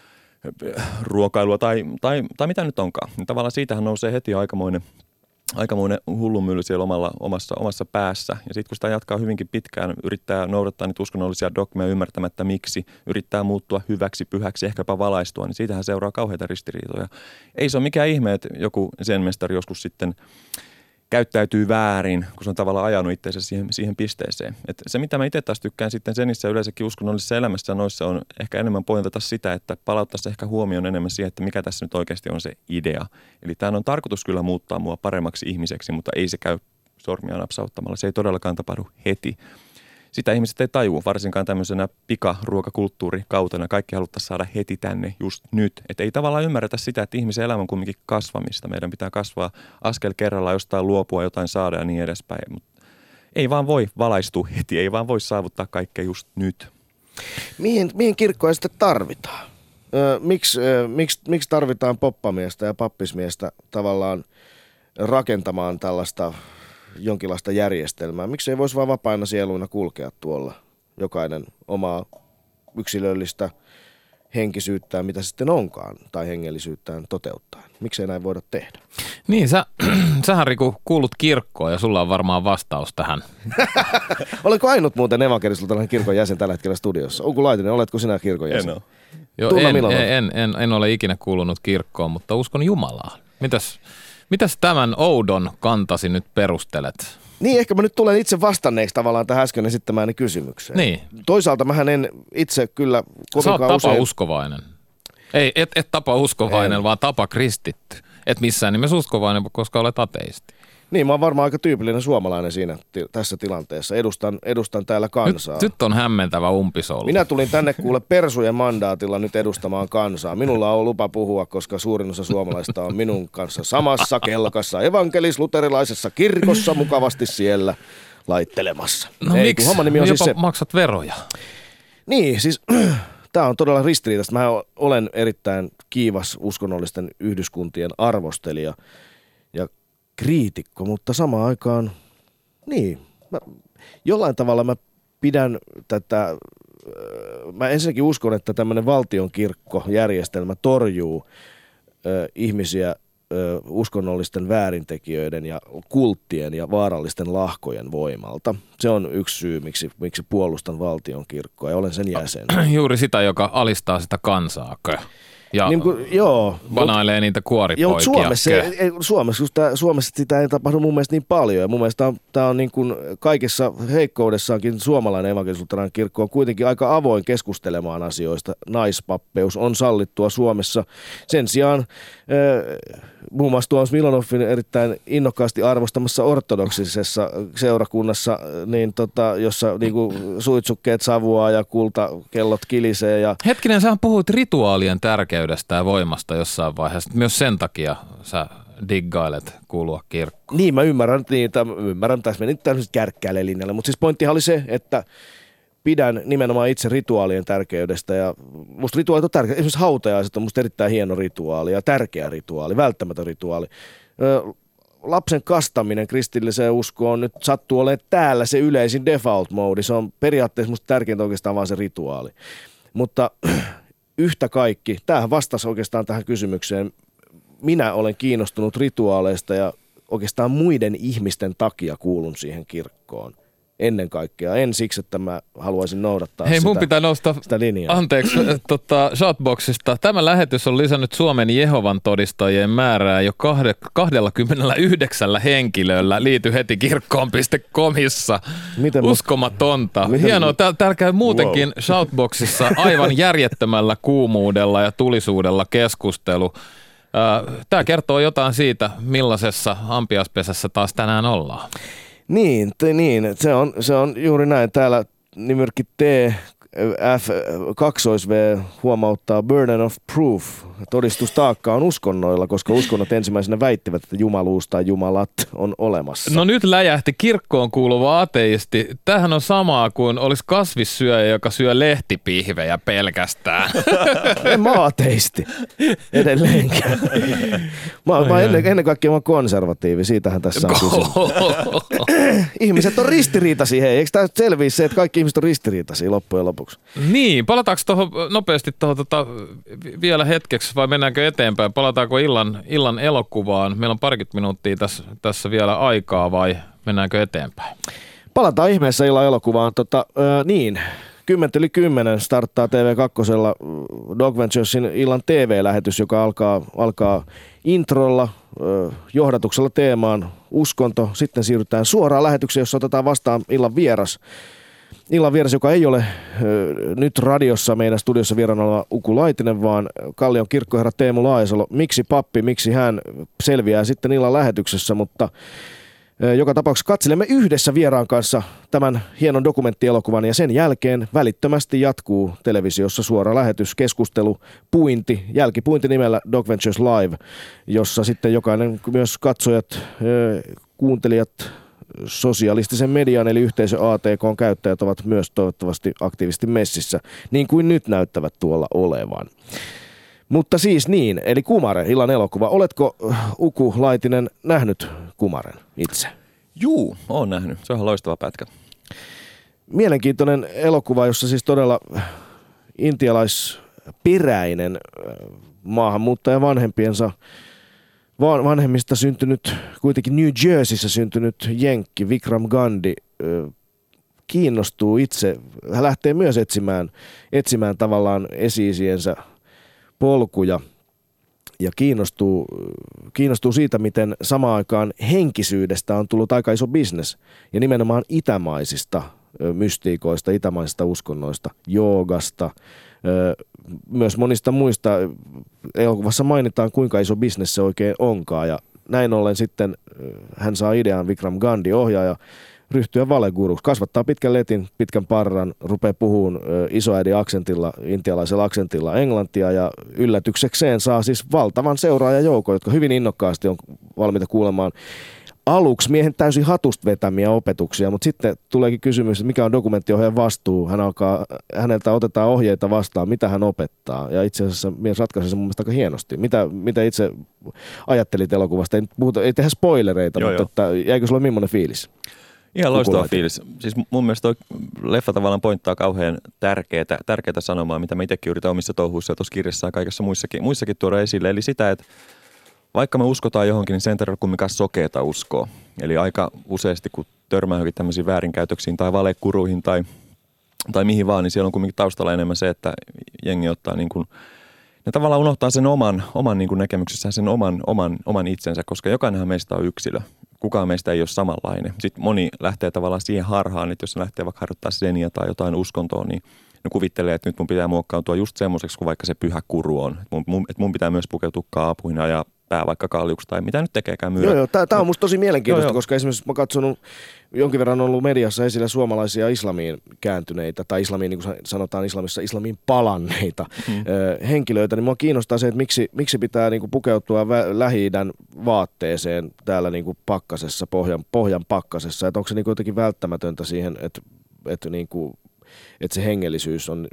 ruokailua tai, tai, tai mitä nyt onkaan. Niin tavallaan siitähän nousee heti aikamoinen, aikamoinen hullunmylly siellä omalla, omassa, omassa päässä. Ja sitten kun sitä jatkaa hyvinkin pitkään, yrittää noudattaa niitä uskonnollisia dogmeja ymmärtämättä miksi, yrittää muuttua hyväksi, pyhäksi, ehkäpä valaistua, niin siitähän seuraa kauheita ristiriitoja. Ei se ole mikään ihme, että joku zen-mestari joskus sitten käyttäytyy väärin, kun se on tavallaan ajanut itseensä siihen, siihen pisteeseen. Et se, mitä mä itse taas tykkään sitten Zenissä ja yleensäkin uskonnollisessa elämässä noissa on ehkä enemmän pointata sitä, että palauttaisi ehkä huomioon enemmän siihen, että mikä tässä nyt oikeasti on se idea. Eli tämä on tarkoitus kyllä muuttaa mua paremmaksi ihmiseksi, mutta ei se käy sormia napsauttamalla. Se ei todellakaan tapahdu heti. Sitä ihmiset ei tajua, varsinkaan tämmöisenä pikaruokakulttuurikautena. Kaikki haluttaisiin saada heti tänne just nyt. Että ei tavallaan ymmärretä sitä, että ihmisen elämä on kuitenkin kasvamista. Meidän pitää kasvaa askel kerrallaan, jostain luopua, jotain saada ja niin edespäin. Mutta ei vaan voi valaistua heti, ei vaan voi saavuttaa kaikkea just nyt. Mihin, mihin kirkkoja sitten tarvitaan? Öö, miksi, öö, miksi, miksi tarvitaan poppamiestä ja pappismiestä tavallaan rakentamaan tällaista jonkinlaista järjestelmää? Miksi ei voisi vaan vapaina sieluina kulkea tuolla jokainen omaa yksilöllistä henkisyyttään, mitä sitten onkaan, tai hengellisyyttään toteuttaa? Miksi ei näin voida tehdä? Niin, sä, sähän Riku kuulut kirkkoon ja sulla on varmaan vastaus tähän. Olenko ainut muuten evankelis-luterilainen kirkon jäsen tällä hetkellä studiossa? Uku Laitinen, oletko sinä kirkon jäsen? En ole. Jo, en, en, en, en, en ole ikinä kuulunut kirkkoon, mutta uskon Jumalaa. Mitäs, mitäs tämän oudon kantasi nyt perustelet? Niin, ehkä mä nyt tulen itse vastanneeksi tavallaan tähän äsken esittämääni kysymykseen. Niin. Toisaalta mähän en itse kyllä kovinkaan usein... Sä oot usein... uskovainen. Ei, et, et tapa uskovainen, en. vaan tapa kristitty. Et missään nimessä uskovainen, koska olet ateisti. Niin, mä oon varmaan aika tyypillinen suomalainen siinä tässä tilanteessa. Edustan, edustan täällä kansaa. Nyt, nyt on hämmentävä umpisolmu. Minä tulin tänne kuule persujen mandaatilla nyt edustamaan kansaa. Minulla on lupa puhua, koska suurin osa suomalaista on minun kanssa samassa kelkassa evankelis-luterilaisessa kirkossa mukavasti siellä laittelemassa. No Ei, miksi? Homman nimi on Jopa siis se... maksat veroja. Niin, siis tämä on todella ristiriitaista. Mä olen erittäin kiivas uskonnollisten yhdyskuntien arvostelija ja kriitikko, mutta samaan aikaan, niin, mä, jollain tavalla mä pidän tätä, mä ensinnäkin uskon, että tämmöinen valtionkirkkojärjestelmä torjuu ö, ihmisiä ö, uskonnollisten väärintekijöiden ja kulttien ja vaarallisten lahkojen voimalta. Se on yksi syy, miksi, miksi puolustan valtionkirkkoa ja olen sen jäsen. Juuri sitä, joka alistaa sitä kansaakö? Ja niin kuin, joo, vanailee niitä kuoripoikia. Joo, Suomessa, ei, Suomessa, tämä, Suomessa sitä ei tapahdu mun mielestä niin paljon. Ja mun mielestä tämä on, tämä on niin kuin kaikessa heikkoudessaankin suomalainen evankelis-luterilainen kirkko on kuitenkin aika avoin keskustelemaan asioista. Naispappeus on sallittua Suomessa. Sen sijaan äh, muun muassa Tuomas Milonoffin erittäin innokkaasti arvostamassa ortodoksisessa seurakunnassa, niin tota, jossa niin kuin suitsukkeet savuaa ja kultakellot kilisee. Ja... Hetkinen, sähän puhuit rituaalien tärkeydestä ja voimasta jossain vaiheessa. Myös sen takia sä diggailet kuulua kirkkoon. Niin, mä ymmärrän, niin, ymmärrän tässä meni tämmöiset kärkkäälle linjalle, mutta siis pointtihan oli se, että pidän nimenomaan itse rituaalien tärkeydestä ja musta rituaalit on tärkeä. Esimerkiksi hautajaiset on musta erittäin hieno rituaali ja tärkeä rituaali, välttämätön rituaali. Lapsen kastaminen kristilliseen uskoon nyt sattuu olemaan täällä se yleisin default mode. Se on periaatteessa musta tärkeintä oikeastaan vaan se rituaali. Mutta yhtä kaikki, tämähän vastasi oikeastaan tähän kysymykseen. Minä olen kiinnostunut rituaaleista ja oikeastaan muiden ihmisten takia kuulun siihen kirkkoon. Ennen kaikkea. En siksi, että mä haluaisin noudattaa Hei, sitä, mun pitää nousta, sitä linjaa. Anteeksi, tota, Shoutboxista. Tämä lähetys on lisännyt Suomen Jehovan todistajien määrää jo kaksikymmentäyhdeksän henkilöllä. Liity heti kirkkoon piste comissa. Miten uskomatonta. Miten Hienoa. Täällä, täällä käy muutenkin wow. Shoutboxissa aivan järjettömällä kuumuudella ja tulisuudella keskustelu. Tämä kertoo jotain siitä, millaisessa ampiaspesässä taas tänään ollaan. Niin, te, niin se, on, se on juuri näin. Täällä nimimerkki T F kaksi V huomauttaa burden of proof. Todistustaakka on uskonnoilla, koska uskonnot ensimmäisenä väittivät, että jumaluus tai jumalat on olemassa. No nyt läjähti kirkkoon kuuluva ateisti. Tämähän on samaa kuin olisi kasvissyöjä, joka syö lehtipihvejä pelkästään. En mä oon ateisti. Edelleenkään. Mä, mä ennen, ennen kaikkea mä oon konservatiivi. Siitähän tässä on kysymys. Ihmiset on ristiriitaisia. Hei, eikö tämä selviä se, että kaikki ihmiset on ristiriitaisia loppujen lopuksi? Niin, palataanko tohon, nopeasti tuohon tota, vielä hetkeksi vai mennäänkö eteenpäin? Palataanko illan, illan elokuvaan? Meillä on parikymmentä minuuttia tässä, tässä vielä aikaa vai mennäänkö eteenpäin? Palataan ihmeessä illan elokuvaan. Tota, äh, niin, kymmentä yli kymmenen starttaa T V kaksi Dog Venturesin illan T V-lähetys, joka alkaa, alkaa introlla, johdatuksella teemaan uskonto. Sitten siirrytään suoraan lähetykseen, jossa otetaan vastaan illan vieras. Illan vieras, joka ei ole ö, nyt radiossa meidän studiossa vieraana oleva Uku Laitinen, vaan Kallion kirkkoherra Teemu Laajasalo. Miksi pappi, miksi hän selviää sitten illan lähetyksessä, mutta ö, joka tapauksessa katselemme yhdessä vieraan kanssa tämän hienon dokumenttielokuvan ja sen jälkeen välittömästi jatkuu televisiossa suora lähetys, keskustelu, puinti, jälkipuinti nimellä Dog Ventures Live, jossa sitten jokainen, myös katsojat, ö, kuuntelijat, sosialistisen median eli yhteisö A T K:n käyttäjät ovat myös toivottavasti aktiivisesti messissä, niin kuin nyt näyttävät tuolla olevan. Mutta siis niin, eli Kumare, illan elokuva. Oletko, Uku Laitinen, nähnyt Kumaren itse? Juu, oon nähnyt. Se on ihan loistava pätkä. Mielenkiintoinen elokuva, jossa siis todella intialaisperäinen maahanmuuttaja vanhempiensa vanhemmista syntynyt, kuitenkin New Jerseyssä syntynyt jenkki Vikram Gandhi kiinnostuu itse, hän lähtee myös etsimään, etsimään tavallaan esi-isiensä polkuja ja kiinnostuu, kiinnostuu siitä, miten samaan aikaan henkisyydestä on tullut aika iso bisnes ja nimenomaan itämaisista mystiikoista, itämaisista uskonnoista, joogasta, myös monista muista. Elokuvassa mainitaan, kuinka iso bisnes se oikein onkaan, ja näin ollen sitten hän saa idean, Vikram Gandhi, ohjaaja, ryhtyä valeguruksi, kasvattaa pitkän letin, pitkän parran, rupeaa puhumaan isoäidin aksentilla, intialaisella aksentilla englantia, ja yllätyksekseen saa siis valtavan seuraajajoukon, jotka hyvin innokkaasti on valmiita kuulemaan aluksi miehen täysin hatusta vetämiä opetuksia, mutta sitten tuleekin kysymys, että mikä on dokumenttiohjaajan vastuu. Hän alkaa, häneltä otetaan ohjeita vastaan, mitä hän opettaa. Ja itse asiassa mies ratkaisi se mun mielestä aika hienosti. Mitä, mitä itse ajattelit elokuvasta? Ei, puhuta, ei tehdä spoilereita, joo, mutta että, jäikö sulla millainen fiilis? Ihan loistava fiilis. Siis mun mielestä toi leffa tavallaan pointtaa kauhean tärkeää, tärkeää sanomaa, mitä mä itsekin yritän omissa touhuissa ja tuossa kirjassa ja kaikessa muissakin, muissakin tuoda esille. Eli sitä, että vaikka me uskotaan johonkin, niin sen tarvitse kumminkaan sokeata uskoa. Eli aika useasti, kun törmää johonkin tämmöisiin väärinkäytöksiin tai valekuruihin tai, tai mihin vaan, niin siellä on kumminkin taustalla enemmän se, että jengi ottaa niin kuin, ne tavallaan unohtaa sen oman, oman niin kuin näkemyksessään, sen oman, oman, oman itsensä, koska jokainenhan meistä on yksilö. Kukaan meistä ei ole samanlainen. Sitten moni lähtee tavallaan siihen harhaan, että jos se lähtee vaikka harjoittaa seniä tai jotain uskontoa, niin ne kuvittelee, että nyt mun pitää muokkautua just semmoiseksi kuin vaikka se pyhä kuru on. Että mun, mun, että mun pitää myös pukeutua kaapuina ja pää vaikka kaljuksi tai mitä nyt tekeekään myydä. Joo, joo. Tämä on musta tosi mielenkiintoista, joo, koska esimerkiksi mä katsonut, jonkin verran on ollut mediassa esillä suomalaisia islamiin kääntyneitä, tai islamiin, niin kuin sanotaan islamissa, islamiin palanneita hmm. henkilöitä, niin mua kiinnostaa se, että miksi, miksi pitää niin kuin pukeutua Lähi-idän vaatteeseen täällä niin kuin pakkasessa, pohjan, pohjan pakkasessa, että onko se niin kuin jotenkin välttämätöntä siihen, että, että, niin kuin, että se hengellisyys on,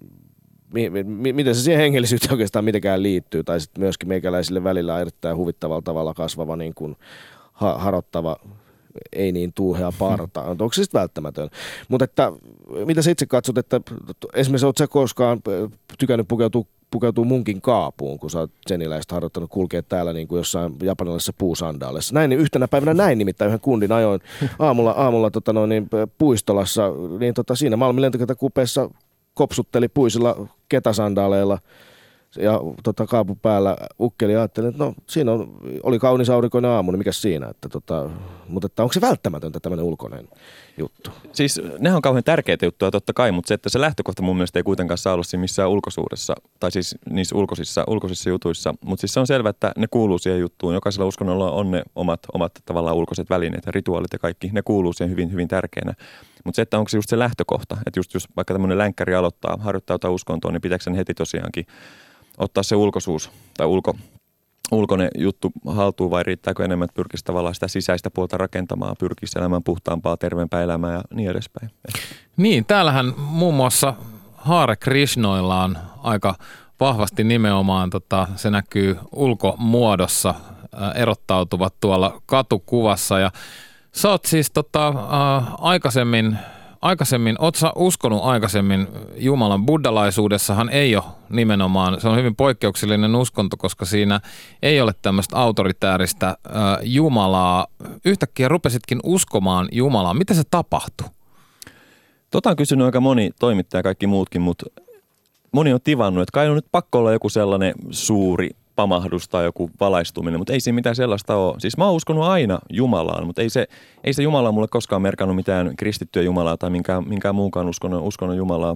miten se siihen hengellisyyteen oikeastaan mitenkään liittyy, tai sitten myöskin meikäläisille välillä erittäin huvittavalla tavalla kasvava niin kuin harottava, ei niin tuuhea parta. Onko se sitten välttämätön? Mutta että, mitä sä itse katsot, että esimerkiksi ootko sä koskaan tykännyt pukeutua, pukeutua munkin kaapuun, kun sä oot seniläistä harjoittanut kulkea täällä niin kuin jossain japanilaisessa puusandaaleissa. Näin, niin yhtenä päivänä näin nimittäin yhden kundin ajoin aamulla, aamulla tota noin, niin, puistolassa, niin tota, siinä Malmin lentokentäkupeessa kopsutteli puisilla ketäsandaaleilla ja tota, kaapun päällä ukkeli ja ajattelin, että no siinä on, oli kaunis aurinkoinen aamu, niin mikäs siinä, että tota, mutta että onko se välttämätöntä tämmöinen ulkoinen juttu? Siis nehän on kauhean tärkeitä juttuja totta kai, mutta se, että se lähtökohta mun mielestä ei kuitenkaan saa olla siinä missään ulkoisuudessa, tai siis niissä ulkoisissa, ulkoisissa jutuissa, mutta siis se on selvä, että ne kuuluu siihen juttuun. Jokaisella uskonnolla on ne omat, omat tavallaan ulkoiset välineet ja rituaalit ja kaikki, ne kuuluu siihen hyvin, hyvin tärkeänä. Mutta se, että onko se just se lähtökohta, että just jos vaikka tämmöinen länkkäri aloittaa, harjoittaa jotain uskontoa, niin pitääkö sen heti tosiaankin ottaa se ulkoisuus tai ulko, ulkoinen juttu haltuun vai riittääkö enemmän, että pyrkisi tavallaan sitä sisäistä puolta rakentamaan, pyrkisi elämään puhtaampaa, terveempää elämää ja niin edespäin. Niin, täällähän muun muassa Hare Krishnoilla on aika vahvasti nimenomaan, tota, se näkyy ulkomuodossa, ää, erottautuvat tuolla katukuvassa ja sä oot siis tota, ää, aikaisemmin Aikaisemmin, oot sä uskonut aikaisemmin Jumalan? Buddhalaisuudessahan ei ole nimenomaan, se on hyvin poikkeuksellinen uskonto, koska siinä ei ole tämmöistä autoritääristä äh, Jumalaa. Yhtäkkiä rupesitkin uskomaan Jumalaa. Miten se tapahtui? Tota on kysynyt aika moni toimittaja ja kaikki muutkin, mutta moni on tivannut, että kai on nyt pakko olla joku sellainen suuri pamahdus tai joku valaistuminen, mutta ei siinä mitään sellaista ole. Siis mä oon uskonut aina Jumalaan, mutta ei se, ei se Jumala mulle koskaan merkannut mitään kristittyä Jumalaa tai minkään, minkään muukaan uskonnon, uskonnon Jumalaa.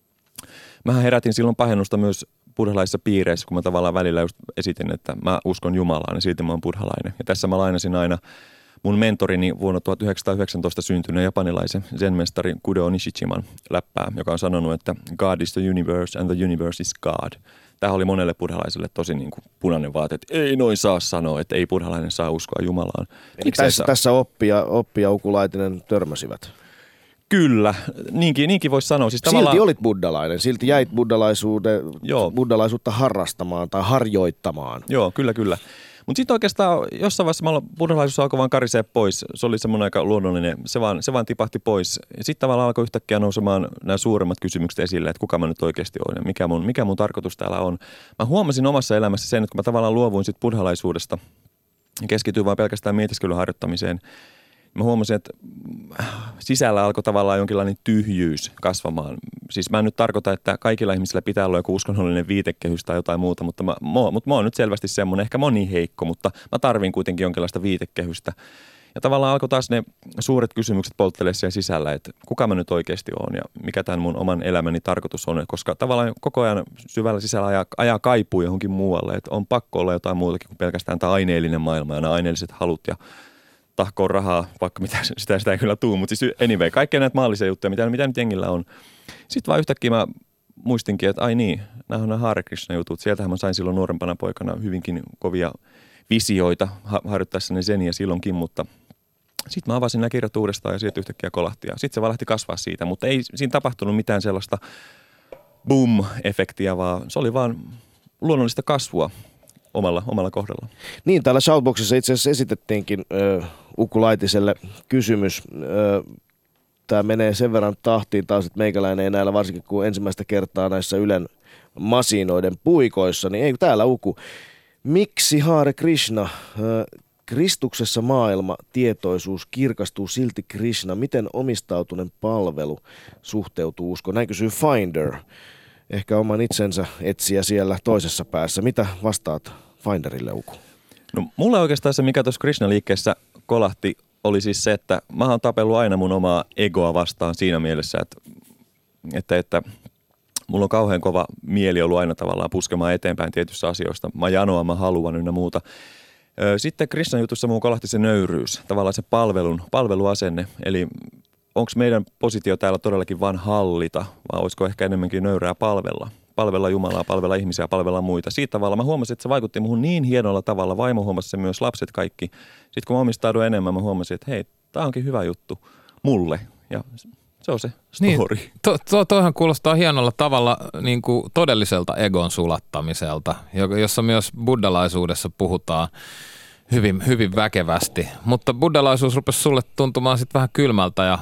Mähän herätin silloin pahennusta myös buddhalaisissa piireissä, kun mä tavallaan välillä just esitin, että mä uskon Jumalaan ja silti mä oon buddhalainen. Ja tässä mä lainasin aina mun mentorini vuonna tuhatyhdeksänsataayhdeksäntoista syntyneen japanilaisen zen-mestari Kudo Nishichiman läppää, joka on sanonut, että God is the universe and the universe is God. Tämä oli monelle buddhalaiselle tosi niin kuin punainen vaate, että ei noin saa sanoa, että ei buddhalainen saa uskoa Jumalaan. Eli tässä, tässä oppia, oppia Ukulaitinen törmäsivät. Kyllä, niinkin, niinkin voisi sanoa. Siis silti tavallaan olit buddhalainen, silti jäit buddhalaisuutta harrastamaan tai harjoittamaan. Joo, kyllä, kyllä. Mutta sitten oikeastaan jossain vaiheessa buddhalaisuus alkoi vaan karisee pois. Se oli semmoinen aika luonnollinen, se vaan, se vaan tipahti pois. Sitten tavallaan alkoi yhtäkkiä nousemaan nämä suuremmat kysymykset esille, että kuka mä nyt oikeasti olen ja mikä mun, mikä mun tarkoitus täällä on. Mä huomasin omassa elämässä sen, että kun mä tavallaan luovuin sitten buddhalaisuudesta ja keskityin vaan pelkästään mietiskelyn harjoittamiseen, mä huomasin, että sisällä alkoi tavallaan jonkinlainen tyhjyys kasvamaan. Siis mä en nyt tarkoita, että kaikilla ihmisillä pitää olla joku uskonnollinen viitekehys tai jotain muuta, mutta mä, mä, mutta mä oon nyt selvästi semmoinen, ehkä mä oon niin heikko, mutta mä tarvin kuitenkin jonkinlaista viitekehystä. Ja tavallaan alkoi taas ne suuret kysymykset polttelemaan siellä sisällä, että kuka mä nyt oikeasti oon ja mikä tämän mun oman elämäni tarkoitus on. Koska tavallaan koko ajan syvällä sisällä ajaa, ajaa kaipuu johonkin muualle, että on pakko olla jotain muutakin kuin pelkästään tämä aineellinen maailma ja nämä aineelliset halut ja tahkoon rahaa, vaikka mitä, sitä, sitä ei kyllä tule, mutta siis anyway, kaikkea näitä maallisia juttuja, mitä, mitä nyt jengillä on. Sitten vaan yhtäkkiä mä muistinkin, että ai niin, nämä on nämä Hare Krishna-jutut. Sieltähän mä sain silloin nuorempana poikana hyvinkin kovia visioita harjoittaessani zeniä silloinkin, mutta sitten mä avasin nämä kirjat uudestaan ja sieltä yhtäkkiä kolahti. Ja sitten se vaan lähti kasvaa siitä, mutta ei siinä tapahtunut mitään sellaista boom-efektiä, vaan se oli vaan luonnollista kasvua. Omalla, omalla kohdalla. Niin, täällä Shoutboxissa itse asiassa esitettiinkin ö, Ukulaitiselle kysymys. Tämä menee sen verran tahtiin taas, että meikäläinen ei näillä varsinkin kun ensimmäistä kertaa näissä Ylen masinoiden puikoissa, niin ei täällä Uku. Miksi Hare Krishna, ö, Kristuksessa maailma, tietoisuus kirkastuu silti Krishna? Miten omistautuneen palvelu suhteutuu uskoon? Näin kysyy Finder. Ehkä oman itsensä etsiä siellä toisessa päässä. Mitä vastaat Finderille, Uku? No mulle oikeastaan se, mikä tuossa Krishna-liikkeessä kolahti, oli siis se, että mä oon tapellut aina mun omaa egoa vastaan siinä mielessä, että, että, että mulla on kauhean kova mieli ollut aina tavallaan puskemaan eteenpäin tietyissä asioista. Mä janoa, mä haluan ynnä muuta. Sitten Krishnan jutussa mun kolahti se nöyryys, tavallaan se palvelun, palveluasenne, eli onko meidän positio täällä todellakin vain hallita, vai olisiko ehkä enemmänkin nöyrää palvella? Palvella Jumalaa, palvella ihmisiä, palvella muita. Siitä tavalla mä huomasin, että se vaikutti muhun niin hienolla tavalla. Vaimo huomasi se myös, lapset kaikki. Sitten kun mä omistauduin enemmän, mä huomasin, että hei, tää onkin hyvä juttu mulle. Ja se on se story. Niin, to, to, toihan kuulostaa hienolla tavalla niin kuin todelliselta egon sulattamiselta, jossa myös buddhalaisuudessa puhutaan hyvin, hyvin väkevästi. Mutta buddhalaisuus rupesi sulle tuntumaan sitten vähän kylmältä ja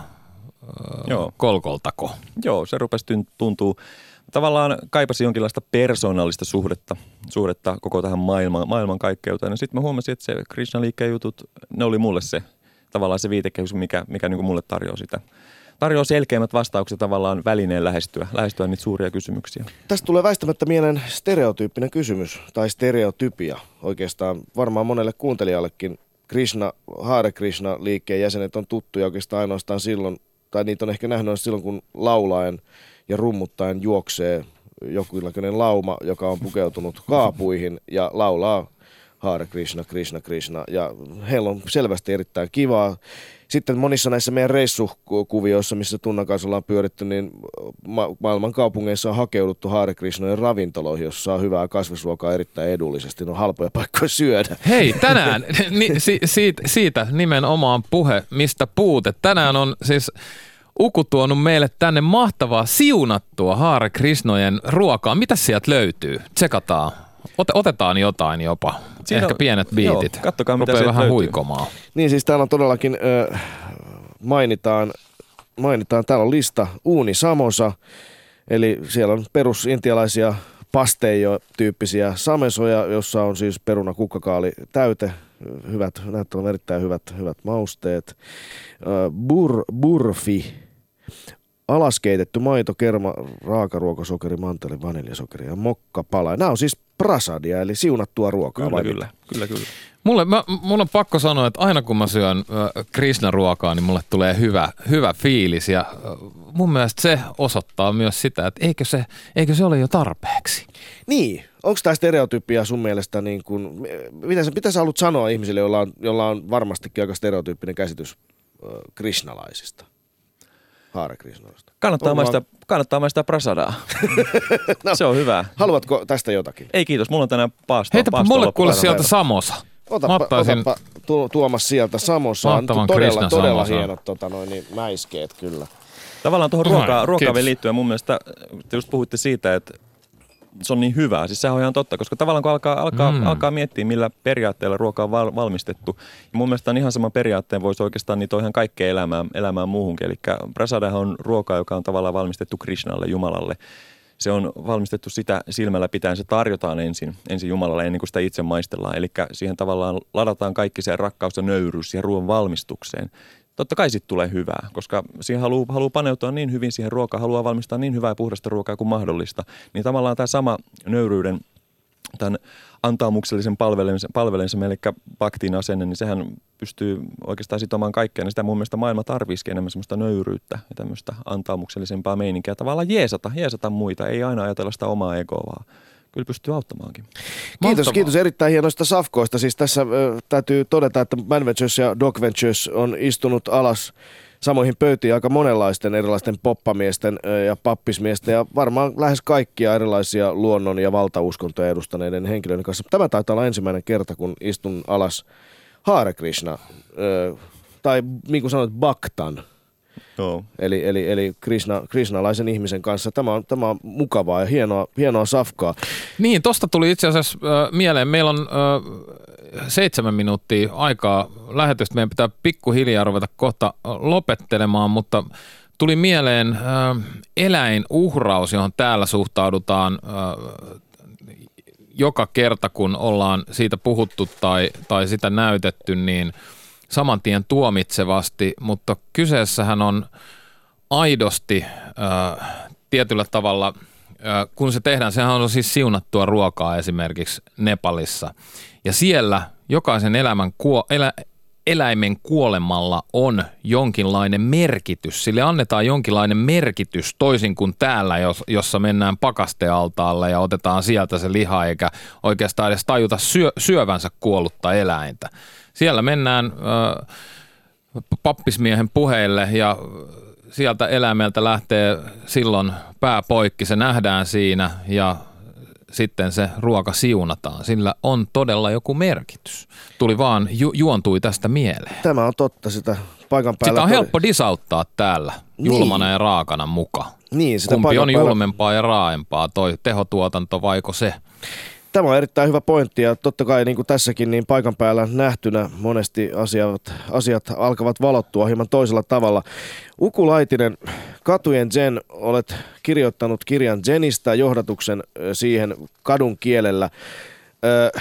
Joo. kolkoltako. Joo, se rupesi tuntuu. Tavallaan kaipasi jonkinlaista persoonallista suhdetta, suhdetta koko tähän maailman, maailman kaikkeuteen. Ja sitten mä huomasin, että se Krishna-liikkeen jutut, ne oli mulle se tavallaan se viitekehys, mikä, mikä niin kuin mulle tarjoaa sitä. Tarjoaa selkeimmät vastaukset tavallaan välineen lähestyä, lähestyä niitä suuria kysymyksiä. Tästä tulee väistämättä mieleen stereotyyppinen kysymys, tai stereotypia oikeastaan varmaan monelle kuuntelijallekin. Krishna, Hare Krishna-liikkeen jäsenet on tuttuja oikeastaan ainoastaan silloin, tai niitä on ehkä nähnyt silloin, kun laulaen ja rummuttaen juoksee jokinlainen lauma, joka on pukeutunut kaapuihin ja laulaa Hare Krishna, Krishna, Krishna. Ja heillä on selvästi erittäin kivaa. Sitten monissa näissä meidän reissukuvioissa, missä Tunnan kanssa ollaan pyöritty, niin ma- maailman kaupungeissa on hakeuduttu Hare Krishnojen ravintoloihin, jossa saa hyvää kasvisruokaa erittäin edullisesti. Ne on halpoja paikkoja syödä. Hei, tänään ni- si- siitä, siitä nimenomaan puhe, mistä puute. Tänään on siis Uku tuonut meille tänne mahtavaa siunattua Hare Krishnojen ruokaa. Mitä sieltä löytyy? Tsekataan. Ot- otetaan jotain jopa. Siinä ehkä on, pienet biitit. Joo, kattokaa mitä sieltä vähän löytyy. huikomaan. Niin siis täällä on todellakin, äh, mainitaan, mainitaan, täällä on lista uuni samosa. Eli siellä on perusintialaisia pasteijo-tyyppisiä samesoja, jossa on siis peruna, kukkakaali, täyte. Hyvät, näyttävät erittäin hyvät, hyvät mausteet. Äh, bur, burfi, alaskeitetty maito, kerma, raakaruokasokeri, manteli, vaniljasokeri ja mokkapala. Nämä on siis prasadia, eli siunattua ruokaa. Kyllä, kyllä, kyllä, kyllä. Mulle, mä, mun on pakko sanoa, että aina kun mä syön äh, Krishna-ruokaa, niin mulle tulee hyvä, hyvä fiilis. Ja äh, mun mielestä se osoittaa myös sitä, että eikö se, eikö se ole jo tarpeeksi. Niin. Onko tämä stereotypia sun mielestä, niin kun, mitä, mitä sä haluat sanoa ihmisille, joilla on, jolla on varmastikin aika stereotyyppinen käsitys äh, krishnalaisista, Hare Krishnasta? Kannattaa maistaa, kannattaa maistaa prasadaa. No, se on hyvä. Haluatko tästä jotakin? Ei kiitos, mulla on tänään paastoa. Heitäpä mulle kuule sieltä samosa. Otapa, ottaisin... otapa tu, Tuomas sieltä samosaan. Todella, todella hienot tota, noin, niin, mäiskeet kyllä. Tavallaan tuohon ruokaa, ruokaan liittyen mun mielestä, te just puhuitte siitä, että se on niin hyvää. Siis sehän on ihan totta, koska tavallaan kun alkaa, alkaa, mm. alkaa miettiä, millä periaatteella ruoka on val, valmistettu. Ja mun mielestä on ihan sama periaatteen voisi oikeastaan niitä ihan kaikkea elämään, elämään muuhunkin. Eli prasadahan on ruokaa, joka on tavallaan valmistettu Krishnalle, Jumalalle. Se on valmistettu sitä silmällä pitäen, se tarjotaan ensin, ensin Jumalalle ennen kuin sitä itse maistellaan. Eli siihen tavallaan ladataan kaikki se rakkaus ja nöyryys siihen ruoan valmistukseen. Totta kai sitten tulee hyvää, koska siihen haluaa, haluaa paneutua niin hyvin siihen ruokaan, haluaa valmistaa niin hyvää ja puhdasta ruokaa kuin mahdollista. Niin tavallaan tämä sama nöyryyden, tämän antaumuksellisen palvelemisen, palvelemisen eli bhaktin asenne, niin sehän pystyy oikeastaan sitomaan kaikkea. Ja sitä mun mielestä maailma tarvitsisikin enemmän semmoista nöyryyttä ja tämmöistä antaumuksellisempaa meininkiä. Tavallaan jeesata, jeesata muita, ei aina ajatella sitä omaa egoa, vaan kyllä pystyy auttamaankin. Kiitos, kiitos erittäin hienoista safkoista. Siis tässä äh, täytyy todeta, että Man Ventures ja Dog Ventures on istunut alas samoihin pöytiin aika monenlaisten erilaisten poppamiesten äh, ja pappismiesten ja varmaan lähes kaikkia erilaisia luonnon- ja valtauskontoja edustaneiden henkilöiden kanssa. Tämä taitaa olla ensimmäinen kerta, kun istun alas Hare Krishna, äh, tai niin kuin sanoit, Bhaktan. No. Eli, eli, eli Krishna, krishnalaisen ihmisen kanssa. Tämä on, tämä on mukavaa ja hienoa, hienoa safkaa. Niin, tosta tuli itse asiassa äh, mieleen. Meillä on äh, seitsemän minuuttia aikaa lähetystä. Meidän pitää pikkuhiljaa ruveta kohta lopettelemaan, mutta tuli mieleen äh, eläinuhraus, johon täällä suhtaudutaan äh, joka kerta, kun ollaan siitä puhuttu tai, tai sitä näytetty, niin saman tien tuomitsevasti, mutta kyseessähän on aidosti äh, tietyllä tavalla, äh, kun se tehdään, sehän on siis siunattua ruokaa esimerkiksi Nepalissa. Ja siellä jokaisen elämän kuo, elä, eläimen kuolemalla on jonkinlainen merkitys. Sille annetaan jonkinlainen merkitys toisin kuin täällä, jossa mennään pakastealtaalle ja otetaan sieltä se liha eikä oikeastaan edes tajuta syö, syövänsä kuollutta eläintä. Siellä mennään äh, pappismiehen puheille ja sieltä eläimeltä lähtee silloin pää poikki, se nähdään siinä ja sitten se ruoka siunataan. Sillä on todella joku merkitys. Tuli vaan, ju- juontui tästä mieleen. Tämä on totta, sitä paikan päällä. Sitä on helppo disauttaa täällä, julmana niin. ja raakana muka. Niin, sitä kumpi on päällä julmempaa ja raaempaa, toi tehotuotanto vaiko se? Tämä on erittäin hyvä pointti ja totta kai niin kuin tässäkin niin paikan päällä nähtynä monesti asiat, asiat alkavat valottua hieman toisella tavalla. Uku Laitinen, Katujen Zen, olet kirjoittanut kirjan Zenistä, johdatuksen siihen kadun kielellä. Ö,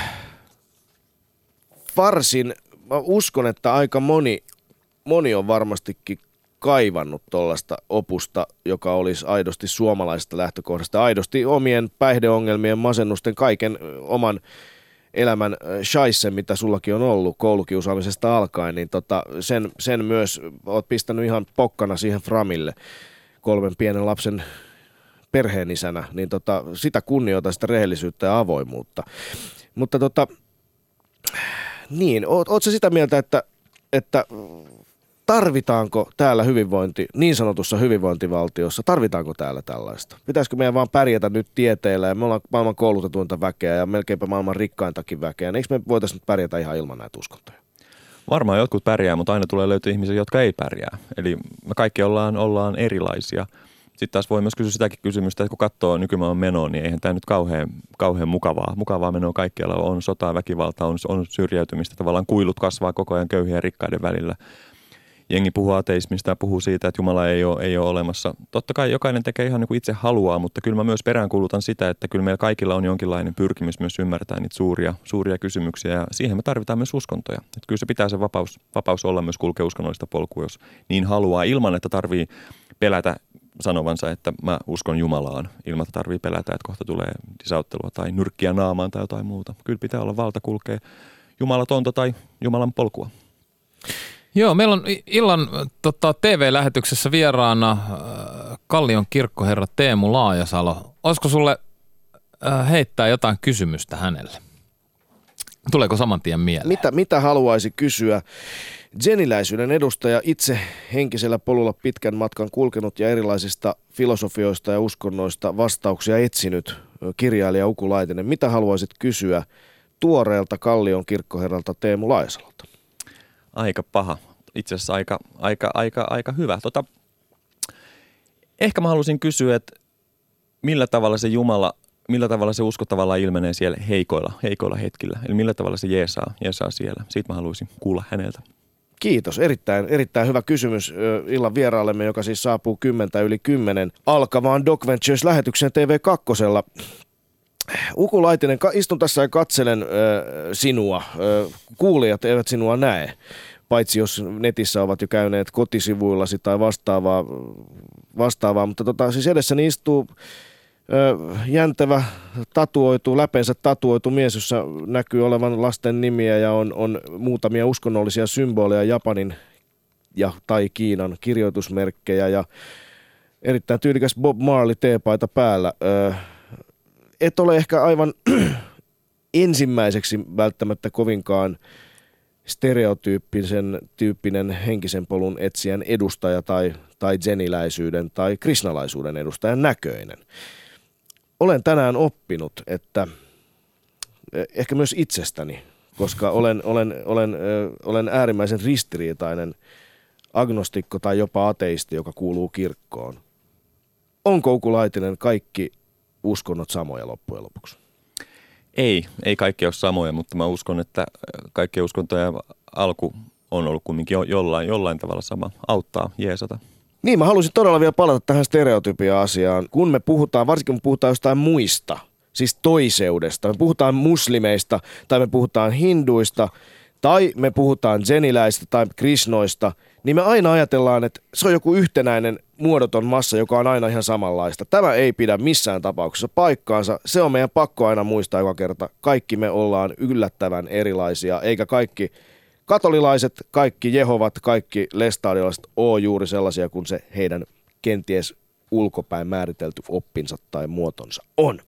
varsin, mä uskon, että aika moni, moni on varmastikin kaivannut tuollaista opusta, joka olisi aidosti suomalaisesta lähtökohdasta, aidosti omien päihdeongelmien, masennusten, kaiken oman elämän shaisen, mitä sullakin on ollut koulukiusaamisesta alkaen, niin tota, sen, sen myös oot pistänyt ihan pokkana siihen framille kolmen pienen lapsen perheenisänä, niin tota, sitä kunnioita, sitä rehellisyyttä ja avoimuutta. Mutta tota, niin, oot, oot sä sitä mieltä, että, että tarvitaanko täällä hyvinvointi, niin sanotussa hyvinvointivaltiossa, tarvitaanko täällä tällaista? Pitäisikö meidän vaan pärjätä nyt tieteellä ja me ollaan maailman koulutetuinta väkeä ja melkeinpä maailman rikkaintakin väkeä. Eikö me voitaisiin nyt pärjätä ihan ilman näitä uskontoja? Varmaan jotkut pärjää, mutta aina tulee löytyä ihmisiä, jotka ei pärjää. Eli me kaikki ollaan, ollaan erilaisia. Sitten taas voi myös kysyä sitäkin kysymystä, että kun katsoo nykymaailman menoa, niin eihän tämä nyt kauhean, kauhean mukavaa. Mukavaa menoa kaikkialla on sotaa, väkivaltaa, on, on syrjäytymistä. Tavallaan kuilut kasvaa koko ajan köyhien ja rikkaiden välillä. Jengi puhuu ateismista ja puhuu siitä, että Jumala ei ole, ei ole olemassa. Totta kai jokainen tekee ihan niin kuin itse haluaa, mutta kyllä mä myös peräänkuulutan sitä, että kyllä meillä kaikilla on jonkinlainen pyrkimys myös ymmärtää niitä suuria, suuria kysymyksiä. Ja siihen me tarvitaan myös uskontoja. Että kyllä se pitää se vapaus, vapaus olla myös kulkea uskonnollista polkua, jos niin haluaa, ilman että tarvii pelätä sanovansa, että mä uskon Jumalaan, ilman että tarvii pelätä, että kohta tulee disauttelua tai nyrkkiä naamaan tai jotain muuta. Kyllä pitää olla valta kulkea jumalatonta tai Jumalan polkua. Joo, meillä on illan tota, T V-lähetyksessä vieraana äh, Kallion kirkkoherra Teemu Laajasalo. Olisiko sulle äh, heittää jotain kysymystä hänelle? Tuleeko saman tien mieleen? Mitä, mitä haluaisi kysyä? Zeniläisyyden edustaja, itse henkisellä polulla pitkän matkan kulkenut ja erilaisista filosofioista ja uskonnoista vastauksia etsinyt kirjailija Uku Laitinen. Mitä haluaisit kysyä tuoreelta Kallion kirkkoherralta Teemu Laajasalolta? Aika paha. Itse asiassa aika, aika, aika, aika hyvä. Tota, ehkä mä halusin kysyä, että millä tavalla se Jumala, millä tavalla se usko tavallaan ilmenee siellä heikoilla, heikoilla hetkillä. Eli millä tavalla se jeesaa, jeesaa siellä. Siitä mä haluaisin kuulla häneltä. Kiitos. Erittäin, erittäin hyvä kysymys illan vieraallemme, joka siis saapuu kymmentä yli kymmenen alkavaan Doc Ventures-lähetykseen T V kaksi. Uku Laitinen, istun tässä ja katselen äh, sinua. Äh, kuulijat eivät sinua näe, paitsi jos netissä ovat jo käyneet kotisivuillasi tai vastaavaa. vastaavaa. Mutta tota, siis edessäni istuu äh, jäntevä, tatuoitu, läpeensä tatuoitu mies, jossa näkyy olevan lasten nimiä ja on, on muutamia uskonnollisia symboleja, Japanin ja tai Kiinan kirjoitusmerkkejä ja erittäin tyylikäs Bob Marley teepaita päällä. Äh, Et ole ehkä aivan ensimmäiseksi välttämättä kovinkaan stereotyyppisen tyyppinen henkisen polun etsijän edustaja tai, tai zeniläisyyden tai krishnalaisuuden edustajan näköinen. Olen tänään oppinut, että ehkä myös itsestäni, koska olen, olen, olen, olen äärimmäisen ristiriitainen agnostikko tai jopa ateisti, joka kuuluu kirkkoon. Onko Uku Laitinen kaikki uskonnot samoja loppujen lopuksi? Ei, ei kaikki ole samoja, mutta mä uskon, että kaikkien uskontojen alku on ollut kumminkin jollain, jollain tavalla sama. Auttaa, jeesata. Niin, mä haluaisin todella vielä palata tähän stereotypia-asiaan. Kun me puhutaan, varsinkin kun me puhutaan jostain muista, siis toiseudesta, me puhutaan muslimeista tai me puhutaan hinduista tai me puhutaan zeniläistä tai krishnoista, niin me aina ajatellaan, että se on joku yhtenäinen muodoton massa, joka on aina ihan samanlaista. Tämä ei pidä missään tapauksessa paikkaansa. Se on meidän pakko aina muistaa joka kerta. Kaikki me ollaan yllättävän erilaisia, eikä kaikki katolilaiset, kaikki Jehovat, kaikki lestadiolaiset ole juuri sellaisia kuin se heidän kenties ulkopäin määritelty oppinsa tai muotonsa on.